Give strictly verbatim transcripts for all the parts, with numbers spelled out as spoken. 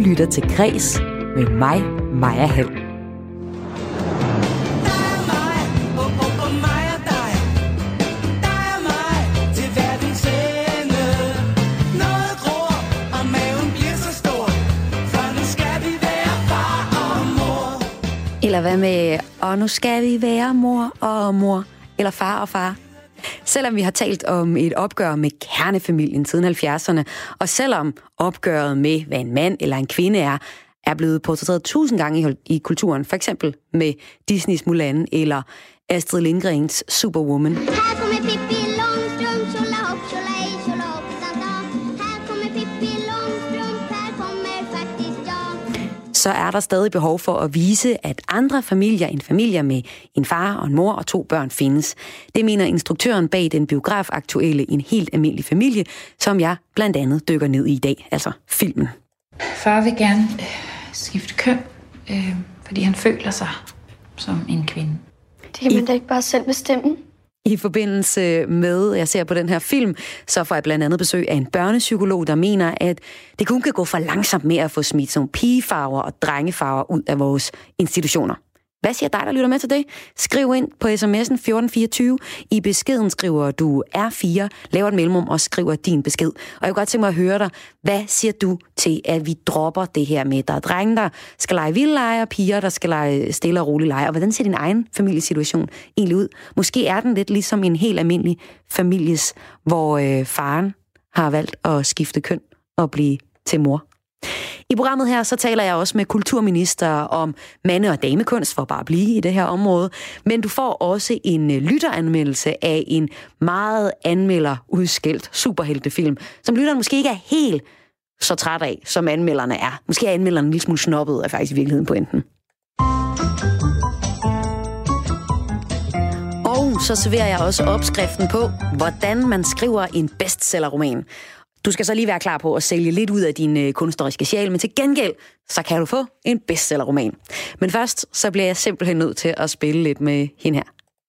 lytter til Græs med mig, Maja Hall. Eller hvad med, og nu skal vi være mor og mor, eller far og far. Selvom vi har talt om et opgør med kernefamilien siden halvfjerdserne, og selvom opgøret med, hvad en mand eller en kvinde er, er blevet portrætteret tusind gange i, i kulturen, for eksempel med Disneys Mulan eller Astrid Lindgrens Superwoman. Så er der stadig behov for at vise, at andre familier end familier med en far og en mor og to børn findes. Det mener instruktøren bag den biografaktuelle En helt almindelig familie, som jeg blandt andet dykker ned i i dag, altså filmen. Far vil gerne øh, skifte køn, øh, fordi han føler sig som en kvinde. Det kan man I... da ikke bare selv bestemme. I forbindelse med, jeg ser på den her film, så får jeg blandt andet besøg af en børnepsykolog, der mener, at det kun kan gå for langsomt med at få smidt sådan pigefarver og drengefarver ud af vores institutioner. Hvad siger dig, der lytter med til det? Skriv ind på sms'en fjorten fireogtyve. I beskeden skriver du R fire, laver et mellemrum og skriver din besked. Og jeg kunne godt tænke mig at høre dig, hvad siger du til, at vi dropper det her med, der er drenge, der skal lege vildleje, og piger, der skal lege stille og rolig leje. Og hvordan ser din egen familiesituation egentlig ud? Måske er den lidt ligesom en helt almindelig families, hvor øh, faren har valgt at skifte køn og blive til mor. I programmet her, så taler jeg også med kulturminister om mande- og damekunst, for bare at blive i det her område. Men du får også en lytteranmeldelse af en meget anmelderudskældt superheltefilm, som lytteren måske ikke er helt så træt af, som anmelderne er. Måske er anmelderen en lille smule snobbet, er faktisk i virkeligheden pointen. Og så serverer jeg også opskriften på, hvordan man skriver en bestsellerroman. Du skal så lige være klar på at sælge lidt ud af din øh, kunstneriske sjæl, men til gengæld, så kan du få en bestsellerroman. Men først, så bliver jeg simpelthen nødt til at spille lidt med hende her.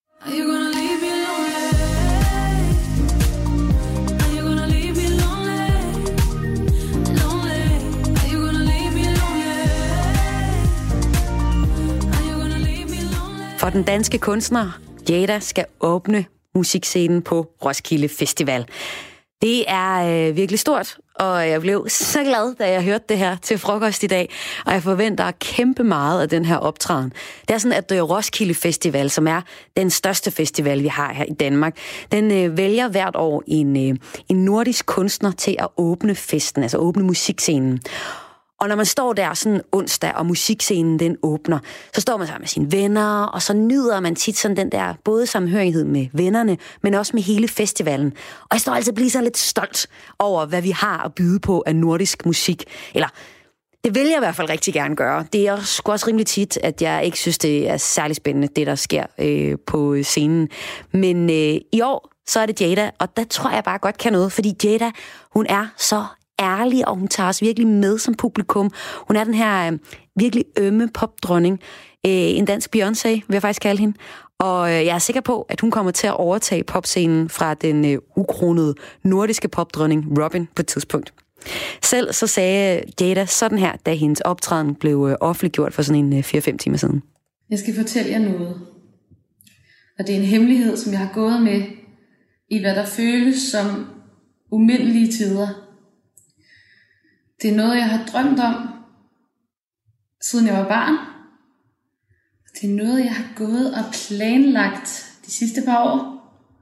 For den danske kunstner Jada skal åbne musikscenen på Roskilde Festival. Det er øh, virkelig stort, og jeg blev så glad, da jeg hørte det her til frokost i dag, og jeg forventer kæmpe meget af den her optræden. Det er sådan, at øh, Roskilde Festival, som er den største festival, vi har her i Danmark, den øh, vælger hvert år en, øh, en nordisk kunstner til at åbne festen, altså åbne musikscenen. Og når man står der sådan onsdag, og musikscenen den åbner, så står man sammen med sine venner, og så nyder man tit sådan den der både samhørighed med vennerne, men også med hele festivalen. Og jeg står altså blive sådan lidt stolt over, hvad vi har at byde på af nordisk musik. Eller, det vil jeg i hvert fald rigtig gerne gøre. Det er sgu også rimelig tit, at jeg ikke synes, det er særlig spændende, det der sker øh, på scenen. Men øh, i år, så er det Jada, og der tror jeg bare godt kan noget, fordi Jada, hun er så ærlig, og hun tager os virkelig med som publikum. Hun er den her øh, virkelig ømme popdronning. Øh, en dansk Beyoncé, vil jeg faktisk kalde hende. Og øh, jeg er sikker på, at hun kommer til at overtage popscenen fra den øh, ukronede nordiske popdronning Robin på et tidspunkt. Selv så sagde Jada sådan her, da hendes optræden blev øh, offentliggjort for sådan en øh, fire fem timer siden. Jeg skal fortælle jer noget. Og det er en hemmelighed, som jeg har gået med i hvad der føles som umindelige tider. Det er noget, jeg har drømt om, siden jeg var barn. Det er noget, jeg har gået og planlagt de sidste par år.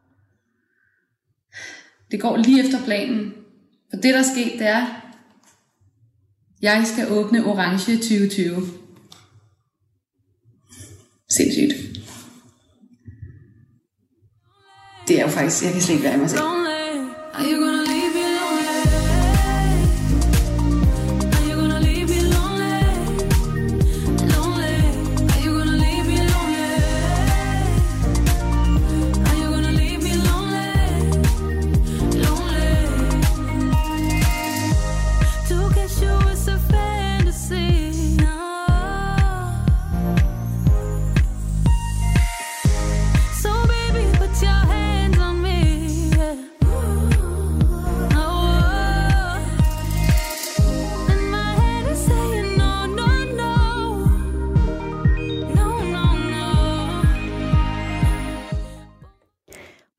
Det går lige efter planen. For det, der er sket, det er, jeg skal åbne Orange tyve tyve. Sindssygt. Det er jo faktisk, jeg kan slet ikke være i mig selv. Oh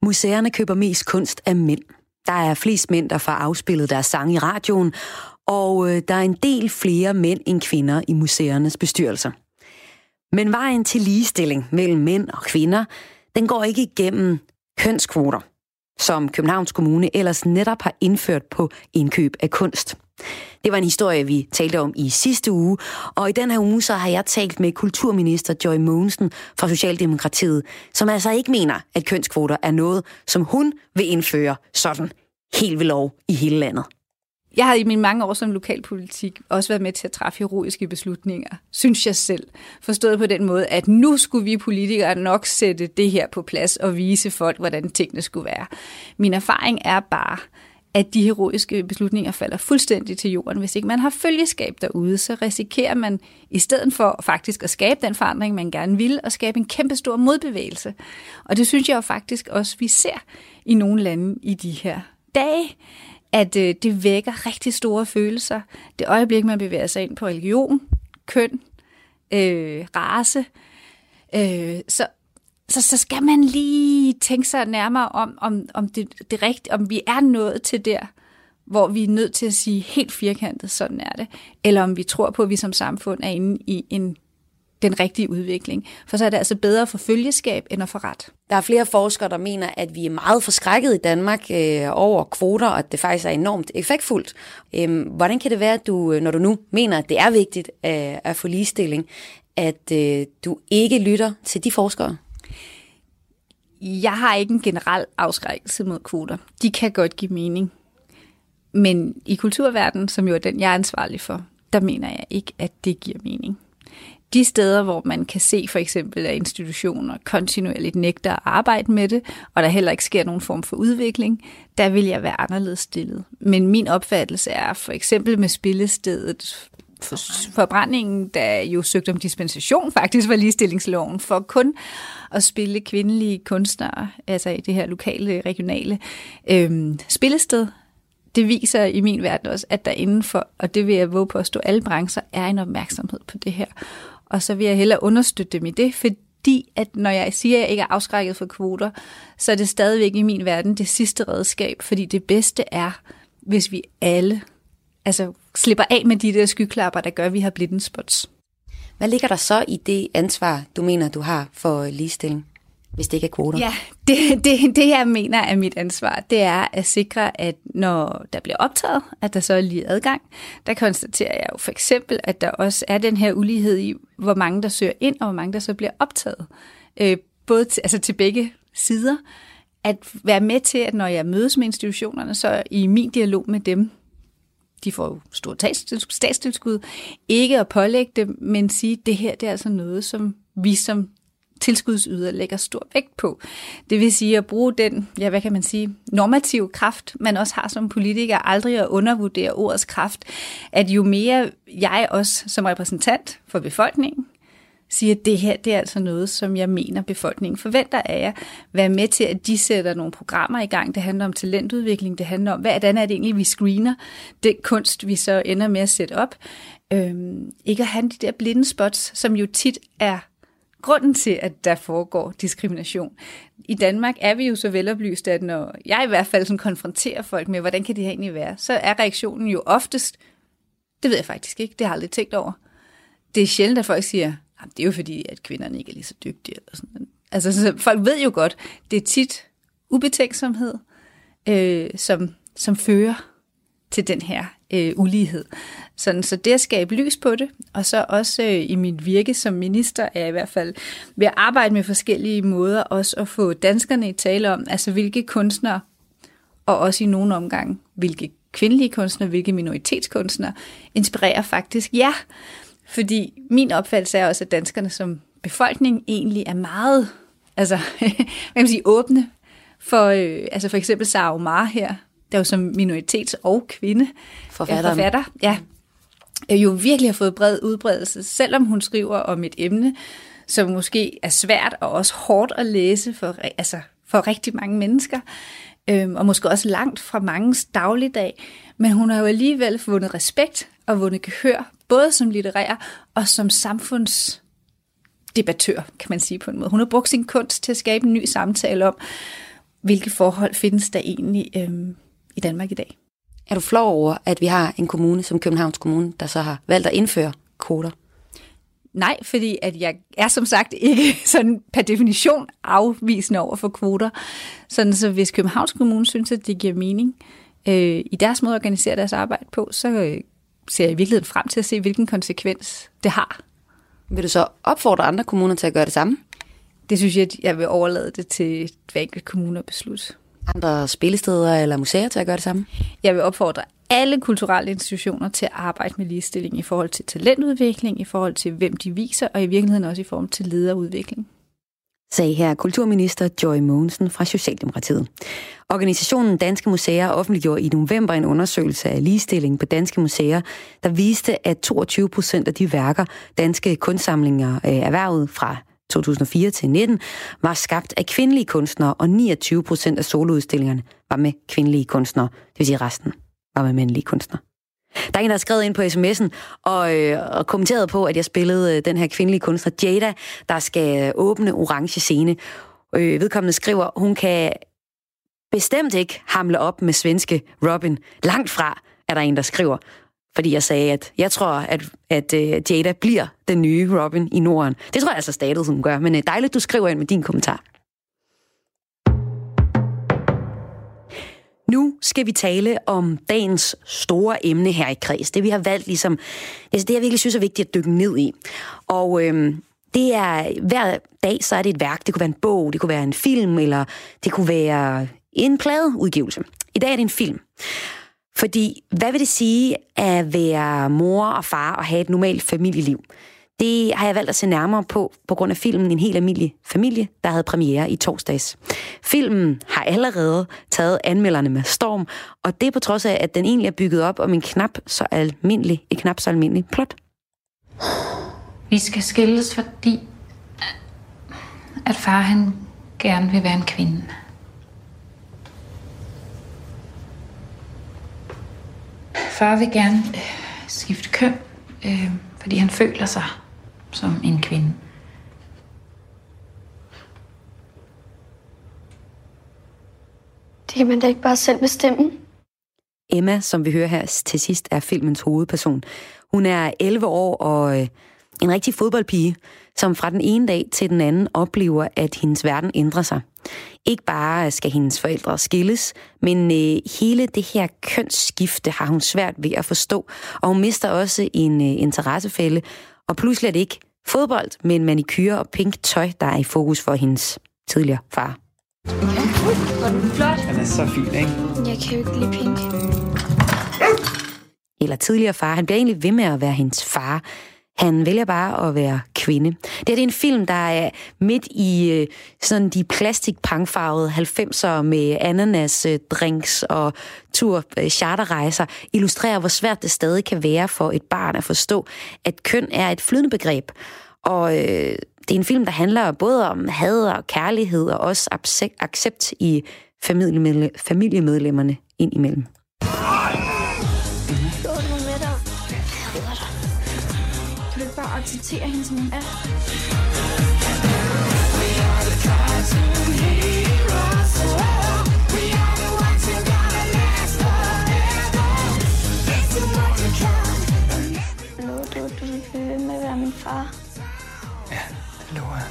Museerne køber mest kunst af mænd. Der er flest mænd, der får afspillet deres sange i radioen, og der er en del flere mænd end kvinder i museernes bestyrelser. Men vejen til ligestilling mellem mænd og kvinder, den går ikke igennem kønskvoter, som Københavns Kommune ellers netop har indført på indkøb af kunst. Det var en historie, vi talte om i sidste uge, og i den her uge så har jeg talt med kulturminister Joy Mogensen fra Socialdemokratiet, som altså ikke mener, at kønskvoter er noget, som hun vil indføre sådan helt ved lov i hele landet. Jeg har i mine mange år som lokalpolitik også været med til at træffe heroiske beslutninger, synes jeg selv. Forstået på den måde, at nu skulle vi politikere nok sætte det her på plads og vise folk, hvordan tingene skulle være. Min erfaring er bare, at de heroiske beslutninger falder fuldstændig til jorden. Hvis ikke man har følgeskab derude, så risikerer man i stedet for faktisk at skabe den forandring, man gerne vil, at skabe en kæmpestor modbevægelse. Og det synes jeg jo faktisk også, vi ser i nogle lande i de her dage, at øh, det vækker rigtig store følelser. Det øjeblik, man bevæger sig ind på religion, køn, øh, race, øh, så, så, så skal man lige tænke sig nærmere om, om, om, det, det rigtigt, om vi er nået til der, hvor vi er nødt til at sige helt firkantet, sådan er det, eller om vi tror på, at vi som samfund er inde i en den rigtige udvikling. For så er det altså bedre for følgeskab end at få ret. Der er flere forskere, der mener, at vi er meget forskrækket i Danmark øh, over kvoter, og at det faktisk er enormt effektfuldt. Øh, hvordan kan det være, at du, når du nu mener, at det er vigtigt at, at få ligestilling, at øh, du ikke lytter til de forskere? Jeg har ikke en generel afskrækkelse mod kvoter. De kan godt give mening. Men i kulturverdenen, som jo er den, jeg er ansvarlig for, der mener jeg ikke, at det giver mening. De steder, hvor man kan se for eksempel, at institutioner kontinuerligt nægter at arbejde med det, og der heller ikke sker nogen form for udvikling, der vil jeg være anderledes stillet. Men min opfattelse er for eksempel med spillestedet, for forbrændingen, der jo søgte om dispensation faktisk var ligestillingsloven, for kun at spille kvindelige kunstnere, altså i det her lokale, regionale øhm, spillested. Det viser i min verden også, at der indenfor, og det vil jeg våge på at stå alle brancher, er en opmærksomhed på det her. Og så vil jeg hellere understøtte dem i det, fordi at når jeg siger, at jeg ikke er afskrækket for kvoter, så er det stadigvæk i min verden det sidste redskab, fordi det bedste er, hvis vi alle altså, slipper af med de der skyklapper, der gør, at vi har blind spots. Hvad ligger der så i det ansvar, du mener, du har for ligestilling, hvis det ikke er kvoter? Ja, det, det, det jeg mener er mit ansvar, det er at sikre, at når der bliver optaget, at der så er lige adgang. Der konstaterer jeg jo for eksempel, at der også er den her ulighed i, hvor mange der søger ind, og hvor mange der så bliver optaget. Øh, både til, altså til begge sider. At være med til, at når jeg mødes med institutionerne, så i min dialog med dem, de får jo stort statstilskud, ikke at pålægge dem, men sige, at det her det er altså noget, som vi som tilskudsyder lægger stor vægt på. Det vil sige at bruge den, ja, hvad kan man sige, normative kraft, man også har som politiker, aldrig at undervurdere ordets kraft, at jo mere jeg også som repræsentant for befolkningen siger, at det her det er altså noget, som jeg mener, befolkningen forventer af jer. Vær med til, at de sætter nogle programmer i gang. Det handler om talentudvikling, det handler om, hvordan er det egentlig, vi screener den kunst, vi så ender med at sætte op. Øhm, ikke at have de der blinde spots, som jo tit er grunden til, at der foregår diskrimination. I Danmark er vi jo så veloplyst, at når jeg i hvert fald sådan konfronterer folk med, hvordan kan det her egentlig være, så er reaktionen jo oftest, det ved jeg faktisk ikke, det har jeg aldrig tænkt over. Det er sjældent, at folk siger, det er jo fordi, at kvinderne ikke er lige så dygtige. Eller sådan. Altså, så folk ved jo godt, det er tit ubetænksomhed, øh, som, som fører til den her øh, ulighed. Sådan, så det at skabe lys på det, og så også øh, i mit virke som minister, er jeg i hvert fald ved at arbejde med forskellige måder, også at få danskerne i tale om, altså hvilke kunstnere, og også i nogle omgange, hvilke kvindelige kunstnere, hvilke minoritetskunstnere, inspirerer faktisk jer. Fordi min opfattelse er også, at danskerne som befolkning egentlig er meget, altså, hvad kan man sige, åbne for, øh, altså for eksempel Sara Omar her, der jo som minoritets- og kvinde forfatter, ja, jo virkelig har fået bred udbredelse, selvom hun skriver om et emne, som måske er svært og også hårdt at læse for, altså for rigtig mange mennesker, øhm, og måske også langt fra manges dagligdag, men hun har jo alligevel vundet respekt og vundet gehør, både som litterær og som samfundsdebattør, kan man sige på en måde. Hun har brugt sin kunst til at skabe en ny samtale om, hvilke forhold findes der egentlig øhm, i Danmark i dag. Er du flov over, at vi har en kommune som Københavns Kommune, der så har valgt at indføre kvoter? Nej, fordi at jeg er som sagt ikke sådan per definition afvisende over for kvoter. Sådan så hvis Københavns Kommune synes, at det giver mening øh, i deres måde at organisere deres arbejde på, så øh, ser jeg i virkeligheden frem til at se, hvilken konsekvens det har. Vil du så opfordre andre kommuner til at gøre det samme? Det synes jeg, at jeg vil overlade det til hver enkelt kommune at beslutte. Andre spillesteder eller museer til at gøre det samme? Jeg vil opfordre alle kulturelle institutioner til at arbejde med ligestilling i forhold til talentudvikling, i forhold til hvem de viser, og i virkeligheden også i forhold til lederudvikling. Sagde her kulturminister Joy Mogensen fra Socialdemokratiet. Organisationen Danske Museer offentliggjorde i november en undersøgelse af ligestilling på danske museer, der viste, at toogtyve procent af de værker, danske kunstsamlinger erhvervet fra to tusind og fire til nitten, var skabt af kvindelige kunstnere, og niogtyve procent af soloudstillingerne var med kvindelige kunstnere. Det vil sige, resten var med mandlige kunstnere. Der er en, der har skrevet ind på sms'en og, øh, og kommenteret på, at jeg spillede øh, den her kvindelige kunstner Jada, der skal åbne Orange Scene. Øh, vedkommende skriver, hun kan bestemt ikke hamle op med svenske Robin. Langt fra er der en, der skriver. Fordi jeg sagde, at jeg tror, at, at uh, Jada bliver den nye Robin i Norden. Det tror jeg altså stadig, hun gør. Men uh, dejligt, du skriver ind med din kommentar. Nu skal vi tale om dagens store emne her i Kreds. Det vi har valgt ligesom, det jeg virkelig synes er vigtigt at dykke ned i. Og øhm, det er hver dag, så er det et værk. Det kunne være en bog, det kunne være en film, eller det kunne være en pladeudgivelse. I dag er det en film. Fordi, hvad vil det sige at være mor og far og have et normalt familieliv? Det har jeg valgt at se nærmere på, på grund af filmen En helt almindelig familie, der havde premiere i torsdags. Filmen har allerede taget anmelderne med storm, og det er på trods af, at den egentlig er bygget op om en knap så almindelig, et knap så almindeligt plot. Vi skal skilles, fordi at far han gerne vil være en kvinde. Far vil gerne øh, skifte køn, øh, fordi han føler sig som en kvinde. Det kan man da ikke bare selv bestemme. Emma, som vi hører her til sidst, er filmens hovedperson. Hun er elleve år og øh, en rigtig fodboldpige, som fra den ene dag til den anden oplever, at hendes verden ændrer sig. Ikke bare skal hendes forældre skilles, men øh, hele det her kønsskifte har hun svært ved at forstå, og hun mister også en øh, interessefælle, og pludselig er det ikke fodbold, men manikyre og pink tøj, der er i fokus for hendes tidligere far. Var du flot? Han er så fin, ikke? Jeg kan jo ikke lide pink. Eller tidligere far, han bliver egentlig ved med at være hendes far. Han vælger bare at være kvinde. Det her det er en film, der er midt i øh, sådan de plastikpangfarvede halvfemser med ananas-drinks og tur-charterrejser, illustrerer, hvor svært det stadig kan være for et barn at forstå, at køn er et flydende begreb. Og øh, det er en film, der handler både om had og kærlighed, og også accept i familiemedlemmerne indimellem. Kan du ikke bare acceptere hende, som hun er? Lover du, at du vil blive ved med at være min far? Ja, det lover jeg.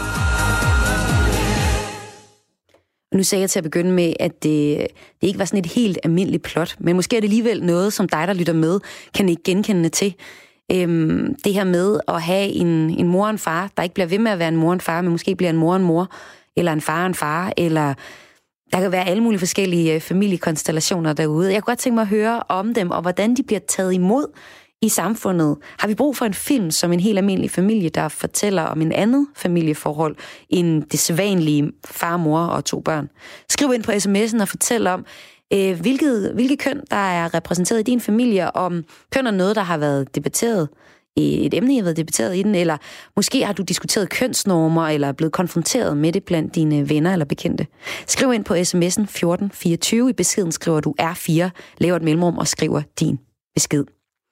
Og nu sagde jeg til at begynde med, at det, det ikke var sådan et helt almindeligt plot, men måske er det alligevel noget, som dig, der lytter med, kan ikke genkende til. Øhm, det her med at have en, en mor og en far, der ikke bliver ved med at være en mor og en far, men måske bliver en mor og en mor, eller en far og en far, eller der kan være alle mulige forskellige familiekonstellationer derude. Jeg kunne godt tænke mig at høre om dem, og hvordan de bliver taget imod i samfundet. Har vi brug for en film som En helt almindelig familie, der fortæller om en andet familieforhold end det sædvanlige far, mor og to børn? Skriv ind på sms'en og fortæl om, øh, hvilket, hvilket køn, der er repræsenteret i din familie, om køn er noget, der har været debatteret, et emne, der har været debatteret i den, eller måske har du diskuteret kønsnormer, eller er blevet konfronteret med det blandt dine venner eller bekendte. Skriv ind på sms'en fjorten fireogtyve. I beskeden skriver du R fire, laver et mellemrum og skriver din besked.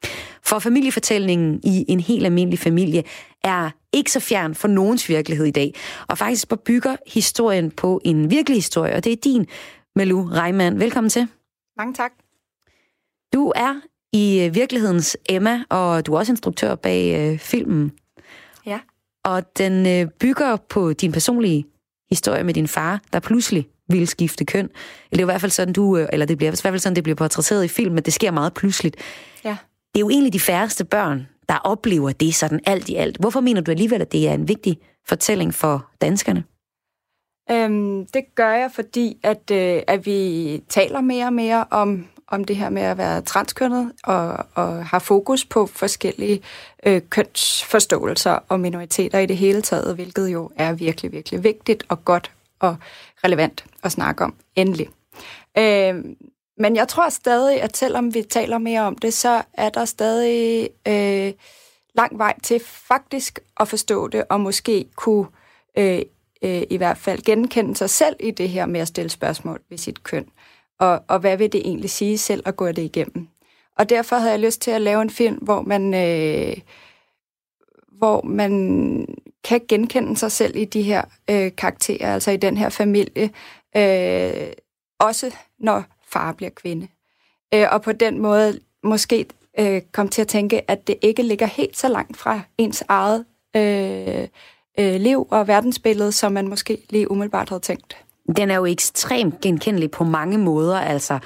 For familiefortællingen i en helt almindelig familie er ikke så fjern for nogens virkelighed i dag, og faktisk bygger historien på en virkelig historie, og det er din, Malou Reimann. Velkommen til. Mange tak. Du er i virkelighedens Emma, og du er også instruktør bag øh, filmen. Ja. Og den øh, bygger på din personlige historie med din far, der pludselig ville skifte køn. Eller det er i hvert fald sådan, du, eller det bliver i hvert fald sådan, det bliver portrætteret i film, men det sker meget pludseligt. Ja. Det er jo egentlig de færreste børn, der oplever det sådan alt i alt. Hvorfor mener du alligevel, at det er en vigtig fortælling for danskerne? Øhm, det gør jeg, fordi at, øh, at vi taler mere og mere om, om det her med at være transkønnet, og, og har fokus på forskellige øh, kønsforståelser og minoriteter i det hele taget, hvilket jo er virkelig, virkelig vigtigt og godt og relevant at snakke om. Endelig. Øh, men jeg tror stadig, at selvom vi taler mere om det, så er der stadig øh, lang vej til faktisk at forstå det, og måske kunne øh, øh, i hvert fald genkende sig selv i det her med at stille spørgsmål ved sit køn. Og, og hvad vil det egentlig sige selv at gå det igennem? Og derfor havde jeg lyst til at lave en film, hvor man, øh, hvor man kan genkende sig selv i de her øh, karakterer, altså i den her familie, øh, også når far bliver kvinde. Øh, og på den måde måske øh, komme til at tænke, at det ikke ligger helt så langt fra ens eget øh, øh, liv og verdensbillede, som man måske lige umiddelbart havde tænkt. Den er jo ekstremt genkendelig på mange måder, altså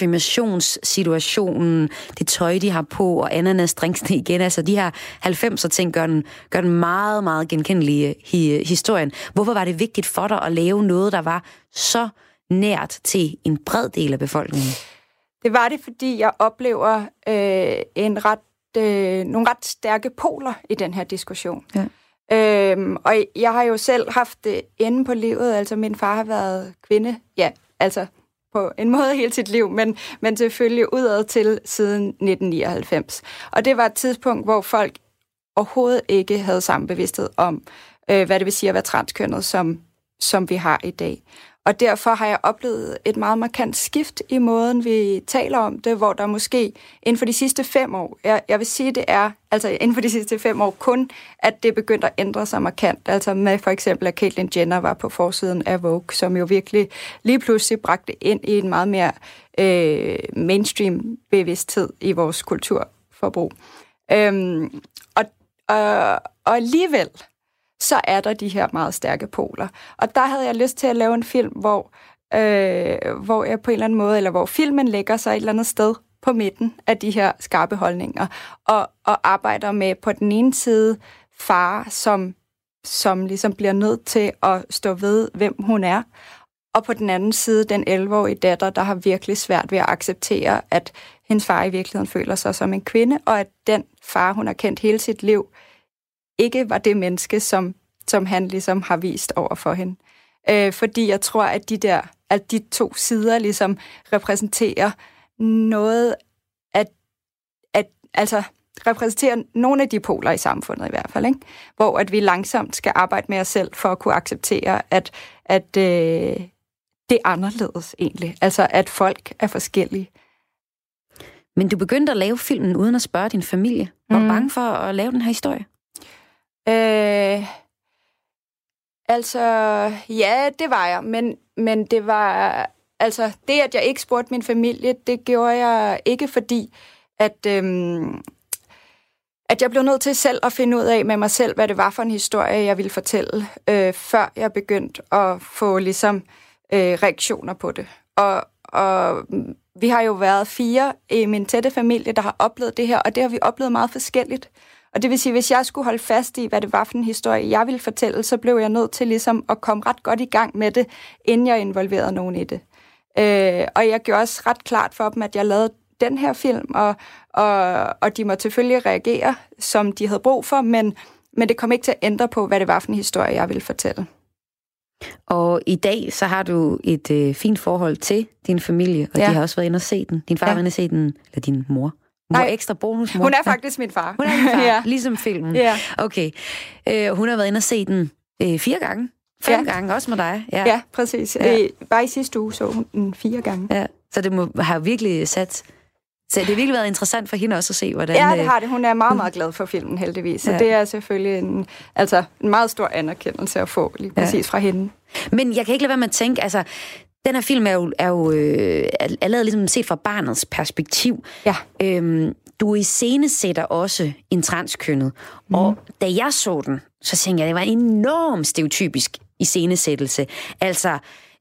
konfirmationssituationen, det tøj, de har på, og ananasdrinksene igen, altså de her halvfemser ting gør den, gør den meget, meget genkendelig i historien. Hvorfor var det vigtigt for dig at lave noget, der var så nært til en bred del af befolkningen? Det var det, fordi jeg oplever øh, en ret, øh, nogle ret stærke poler i den her diskussion. Ja. Øhm, og jeg har jo selv haft det inde på livet, altså min far har været kvinde, ja, altså på en måde hele sit liv, men, men selvfølgelig udad til siden nitten nioghalvfems. Og det var et tidspunkt, hvor folk overhovedet ikke havde samme bevidsthed om, øh, hvad det vil sige at være transkønnet, som, som vi har i dag. Og derfor har jeg oplevet et meget markant skift i måden, vi taler om det, hvor der måske inden for de sidste fem år, jeg, jeg vil sige, det er altså inden for de sidste fem år kun, at det begyndte at ændre sig markant. Altså med for eksempel, at Caitlyn Jenner var på forsiden af Vogue, som jo virkelig lige pludselig bragte ind i en meget mere øh, mainstream bevidsthed i vores kulturforbrug. Øhm, og, og, og alligevel så er der de her meget stærke poler. Og der havde jeg lyst til at lave en film, hvor, øh, hvor jeg på en eller anden måde, eller hvor filmen lægger sig et eller andet sted på midten af de her skarpe holdninger, og, og arbejder med på den ene side far, som, som ligesom bliver nødt til at stå ved, hvem hun er, og på den anden side den elleve-årige datter, der har virkelig svært ved at acceptere, at hendes far i virkeligheden føler sig som en kvinde, og at den far, hun har kendt hele sit liv, ikke var det menneske, som, som han ligesom har vist over for hende. Øh, fordi jeg tror, at de der, at de to sider ligesom repræsenterer noget, at, at altså repræsenterer nogle af de poler i samfundet i hvert fald, ikke? Hvor at vi langsomt skal arbejde med os selv for at kunne acceptere, at, at øh, det er anderledes egentlig. Altså, at folk er forskellige. Men du begyndte at lave filmen uden at spørge din familie. Var du mm. bange for at lave den her historie? Øh, altså, ja, det var jeg, men, men det var, altså, det, at jeg ikke spurgte min familie, det gjorde jeg ikke, fordi, at, øhm, at jeg blev nødt til selv at finde ud af med mig selv, hvad det var for en historie, jeg ville fortælle, øh, før jeg begyndte at få, ligesom, øh, reaktioner på det. Og, og vi har jo været fire i min tætte familie, der har oplevet det her, og det har vi oplevet meget forskelligt. Og det vil sige, hvis jeg skulle holde fast i, hvad det var for en historie, jeg ville fortælle, så blev jeg nødt til ligesom at komme ret godt i gang med det, inden jeg involverede nogen i det. Øh, og jeg gjorde også ret klart for dem, at jeg lavede den her film, og, og, og de måtte selvfølgelig reagere, som de havde brug for, men, men det kom ikke til at ændre på, hvad det var for en historie, jeg ville fortælle. Og i dag, så har du et øh, fint forhold til din familie, og ja. De har også været inde og se den. Din far ja. Var inde og se den, eller din mor. Mor Nej, ekstra bonusmor. Hun er faktisk min far. Hun er min far, ja. Ligesom filmen. Ja. Okay. Øh, hun har været inde og se den øh, fire gange. Fem ja. Gange, også med dig. Ja, ja præcis. Ja. Øh, bare i sidste uge så hun den fire gange. Ja. Så det må have virkelig sat Så det har virkelig været interessant for hende også at se, hvordan... Ja, det har det. Hun er meget, meget glad for filmen, heldigvis. Så ja. Det er selvfølgelig en, altså, en meget stor anerkendelse at få lige præcis ja. fra hende. Men jeg kan ikke lade være med at tænke, altså, den her film er jo, er jo øh, er lavet ligesom set fra barnets perspektiv. Ja. Øhm, du iscenesætter også en transkønnet. Mm. Og da jeg så den, så tænkte jeg, at det var en enorm stereotypisk iscenesættelse. Altså...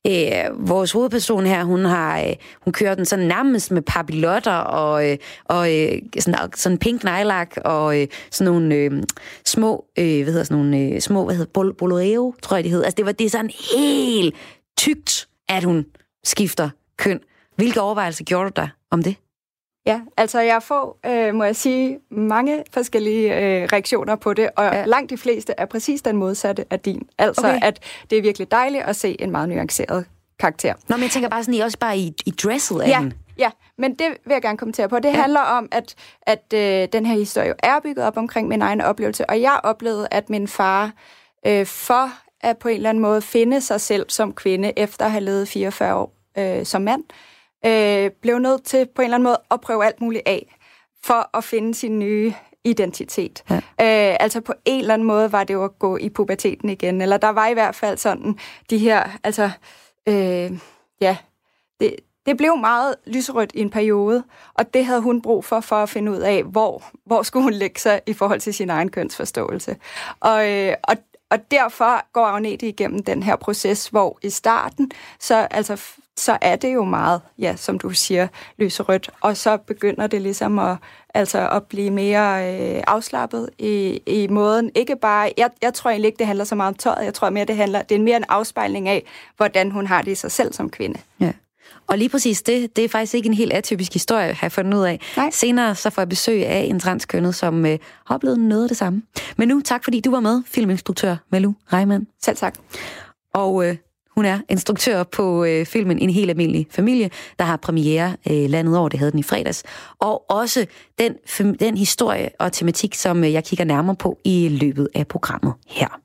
Øh, vores hovedperson her, hun har øh, hun kører den sådan nærmest med papillotter og, øh, og øh, sådan, sådan pink nejlak og øh, sådan nogle øh, små, øh, hvad hedder sådan nogle øh, små, hvad hedder bol- bolero, tror jeg det hedder. Altså det var det er sådan helt tykt, at hun skifter køn. Hvilke overvejelser gjorde du der om det? Ja, altså jeg får, øh, må jeg sige, mange forskellige øh, reaktioner på det, og ja. langt de fleste er præcis den modsatte af din. Altså, okay. at det er virkelig dejligt at se en meget nuanceret karakter. Nå, men jeg tænker bare sådan, I også bare i, i dresset af ja, den. Ja, men det vil jeg gerne kommentere på. Det ja. handler om, at, at øh, den her historie er bygget op omkring min egen oplevelse, og jeg oplevede, at min far øh, for at på en eller anden måde finde sig selv som kvinde, efter at have levet fireogfyrre år øh, som mand, Øh, blev nødt til på en eller anden måde at prøve alt muligt af, for at finde sin nye identitet. Ja. Øh, altså på en eller anden måde var det jo at gå i puberteten igen, eller der var i hvert fald sådan de her, altså, øh, ja, det, det blev meget lyserødt i en periode, og det havde hun brug for, for at finde ud af, hvor, hvor skulle hun lægge sig i forhold til sin egen kønsforståelse. Og, øh, og Og derfor går Agnete igennem den her proces, hvor i starten, så, altså, så er det jo meget, ja, som du siger, lyserødt, og så begynder det ligesom at, altså, at blive mere øh, afslappet i, i måden. Ikke bare, jeg, jeg tror egentlig ikke, det handler så meget om tøjet, jeg tror mere, det handler, det er mere en afspejling af, hvordan hun har det i sig selv som kvinde. Ja. Og lige præcis det, det er faktisk ikke en helt atypisk historie, har jeg fundet ud af. Nej. Senere så får jeg besøg af en transkønnet, som øh, har oplevet noget af det samme. Men nu, tak fordi du var med, filminstruktør Malou Reimann. Selv tak. Og øh, hun er instruktør på øh, filmen En helt almindelig familie, der har premiere øh, landet over, det havde den i fredags. Og også den, den historie og tematik, som øh, jeg kigger nærmere på i løbet af programmet her.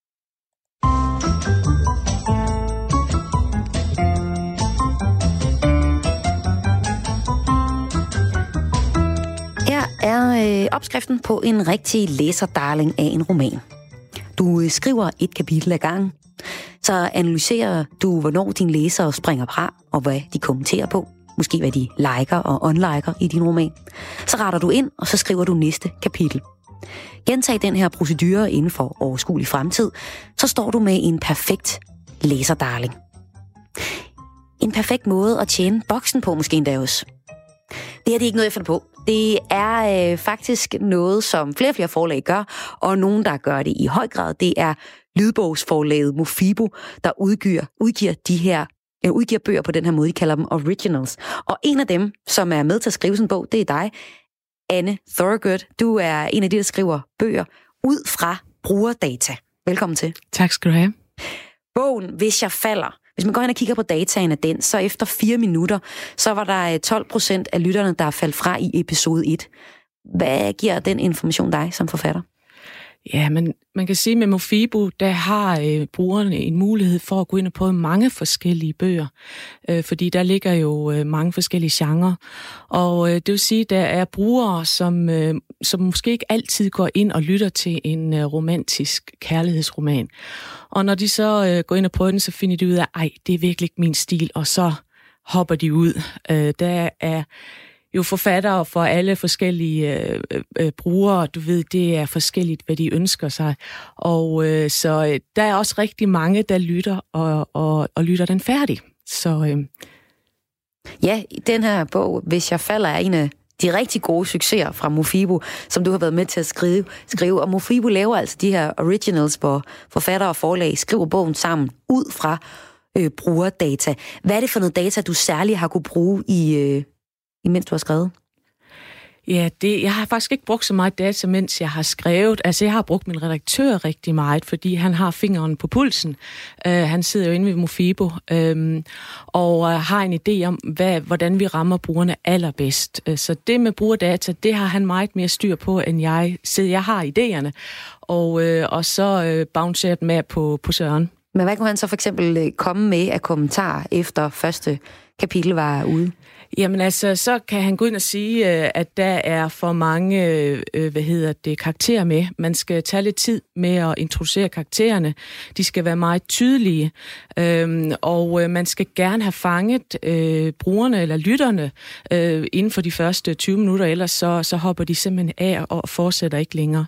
Her er øh, opskriften på en rigtig læserdarling af en roman. Du øh, skriver et kapitel ad gangen, så analyserer du, hvornår dine læsere springer fra, og hvad de kommenterer på. Måske hvad de liker og unliker i din roman. Så retter du ind, og så skriver du næste kapitel. Gentag den her procedure inden for overskuelig fremtid, så står du med en perfekt læserdarling. En perfekt måde at tjene boksen på, måske endda også. Det er det ikke noget, jeg finder på. Det er øh, faktisk noget, som flere og flere forlag gør, og nogen, der gør det i høj grad, det er lydbogsforlaget Mofibo, der udgiver, udgiver de her øh, udgiver bøger på den her måde, de kalder dem originals. Og en af dem, som er med til at skrive sådan en bog, det er dig, Anne Thorogood. Du er en af de, der skriver bøger ud fra brugerdata. Velkommen til. Tak skal du have. Bogen Hvis jeg falder. Hvis man går hen og kigger på dataen af den, så efter fire minutter, så var der tolv procent af lytterne, der er faldt fra i episode et. Hvad giver den information dig som forfatter? Ja, men man kan sige, at med Mofibo, der har øh, brugerne en mulighed for at gå ind og prøve mange forskellige bøger, øh, fordi der ligger jo øh, mange forskellige genrer. Og øh, det vil sige, at der er brugere, som, øh, som måske ikke altid går ind og lytter til en øh, romantisk kærlighedsroman. Og når de så øh, går ind og prøver den, så finder de ud af, ej, det er virkelig ikke min stil, og så hopper de ud. Øh, der er jo forfattere for alle forskellige øh, øh, brugere, du ved, det er forskelligt, hvad de ønsker sig. Og øh, så øh, der er også rigtig mange, der lytter og, og, og lytter den færdig. Så øh. Ja, den her bog, Hvis jeg falder, er en af de rigtig gode succeser fra Mofibo, som du har været med til at skrive. skrive. Og Mofibo laver altså de her originals, hvor forfattere og forlag skriver bogen sammen ud fra øh, brugerdata. Hvad er det for noget data, du særligt har kunne bruge i... Øh, imens du har skrevet? Ja, det, jeg har faktisk ikke brugt så meget data, mens jeg har skrevet. Altså, jeg har brugt min redaktør rigtig meget, fordi han har fingeren på pulsen. Uh, han sidder jo inde ved Mofibo, um, og uh, har en idé om, hvad, hvordan vi rammer brugerne allerbedst. Uh, så det med brugerdata, det har han meget mere styr på, end jeg. Så jeg har idéerne, og, uh, og så uh, bouncer jeg dem med på, på Søren. Men hvad kunne han så for eksempel komme med af kommentarer efter første kapitel var ude? Jamen altså, så kan han gå ind og sige, at der er for mange, hvad hedder det, karakterer med. Man skal tage lidt tid med at introducere karaktererne. De skal være meget tydelige, og man skal gerne have fanget brugerne eller lytterne inden for de første tyve minutter, ellers så, så hopper de simpelthen af og fortsætter ikke længere.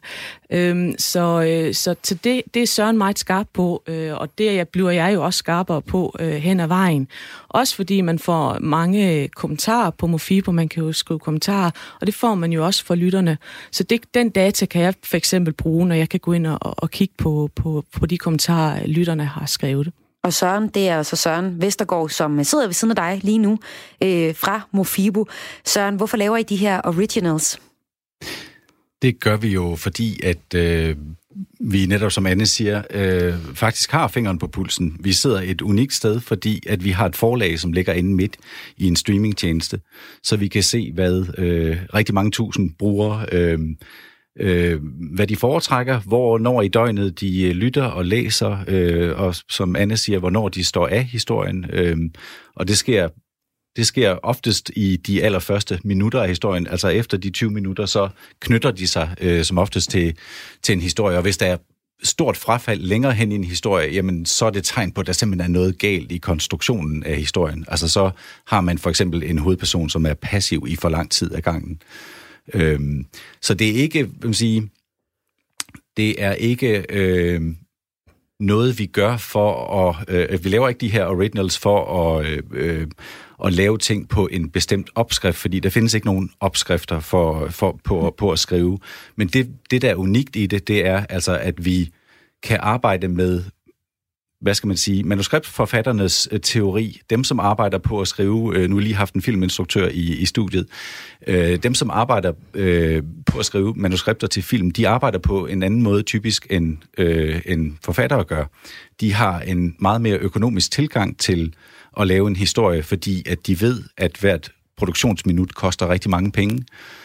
Så, så, så det, det er Søren meget skarp på, og det bliver jeg jo også skarpere på hen ad vejen. Også fordi man får mange kommentarer på Mofibo, man kan jo skrive kommentarer, og det får man jo også for lytterne. Så det, den data kan jeg for eksempel bruge, når jeg kan gå ind og, og kigge på, på, på de kommentarer, lytterne har skrevet. Og Søren, det er altså Søren Vestergaard, som sidder ved siden af dig lige nu øh, fra Mofibo. Søren, hvorfor laver I de her originals? Det gør vi jo, fordi at øh, vi netop, som Anne siger, øh, faktisk har fingeren på pulsen. Vi sidder et unikt sted, fordi at vi har et forlag, som ligger inde midt i en streamingtjeneste, så vi kan se, hvad øh, rigtig mange tusind brugere, øh, øh, hvad de foretrækker, hvornår i døgnet de lytter og læser, øh, og som Anne siger, hvornår de står af historien. Øh, og det sker Det sker oftest i de allerførste minutter af historien. Altså efter de tyve minutter, så knytter de sig øh, som oftest til, til en historie. Og hvis der er stort frafald længere hen i en historie, jamen så er det tegn på, at der simpelthen er noget galt i konstruktionen af historien. Altså så har man for eksempel en hovedperson, som er passiv i for lang tid ad gangen. Øhm, så det er ikke, vil man sige, det er ikke øh, noget, vi gør for at... Øh, vi laver ikke de her originals for at... Øh, øh, at lave ting på en bestemt opskrift, fordi der findes ikke nogen opskrifter for, for, på, på at skrive. Men det, det, der er unikt i det, det er altså, at vi kan arbejde med, hvad skal man sige, manuskriptforfatternes øh, teori, dem, som arbejder på at skrive, øh, nu har lige haft en filminstruktør i, i studiet, øh, dem, som arbejder øh, på at skrive manuskripter til film, de arbejder på en anden måde typisk, end, øh, end forfattere gør. De har en meget mere økonomisk tilgang til at lave en historie, fordi at de ved, at hvert produktionsminut koster rigtig mange penge.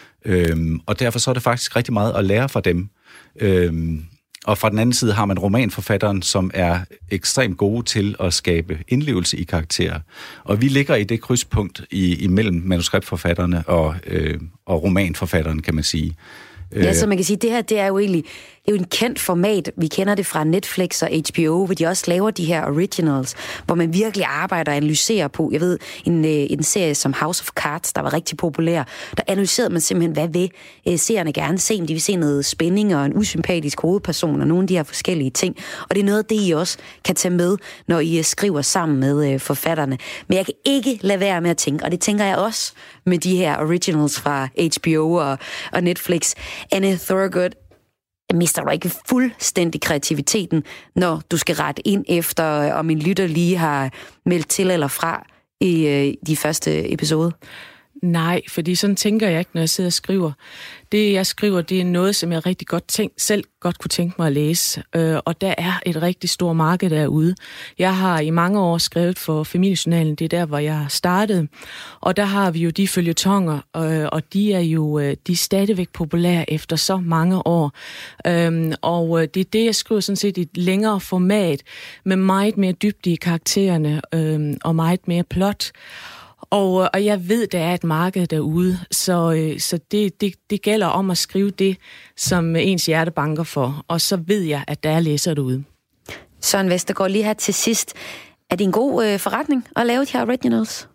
Øhm, og derfor så er det faktisk rigtig meget at lære fra dem. Øhm, og fra den anden side har man romanforfatteren, som er ekstremt gode til at skabe indlevelse i karakterer. Og vi ligger i det krydspunkt i, imellem manuskriptforfatterne og, øh, og romanforfatteren, kan man sige. Ja, så man kan sige, at det her, det er jo egentlig det er jo en kendt format. Vi kender det fra Netflix og H B O, hvor de også laver de her originals, hvor man virkelig arbejder og analyserer på. Jeg ved, en, en serie som House of Cards, der var rigtig populær, der analyserede man simpelthen, hvad vil øh, seerne gerne se. De vil se noget spænding og en usympatisk hovedperson og nogle af de her forskellige ting. Og det er noget af det, I også kan tage med, når I skriver sammen med øh, forfatterne. Men jeg kan ikke lade være med at tænke, og det tænker jeg også med de her originals fra H B O og, og Netflix. Anne Thorogood, mister du ikke fuldstændig kreativiteten, når du skal rette ind efter, om en lytter lige har meldt til eller fra i øh, de første episode? Nej, fordi sådan tænker jeg ikke, når jeg sidder og skriver. Det, jeg skriver, det er noget, som jeg rigtig godt tænk, selv godt kunne tænke mig at læse. Øh, og der er et rigtig stort marked derude. Jeg har i mange år skrevet for Familiejournalen, det er der, hvor jeg startede. Og der har vi jo de følgetonger, øh, og de er jo de er stadigvæk populære efter så mange år. Øh, og det er det, jeg skriver sådan set i et længere format, med meget mere dybde i karaktererne øh, og meget mere plot. Og, og jeg ved, der er et marked derude, så, så det, det, det gælder om at skrive det, som ens hjerte banker for. Og så ved jeg, at der er læsere derude. Søren Vestergaard, lige her til sidst. Er det en god øh, forretning at lave de her originals?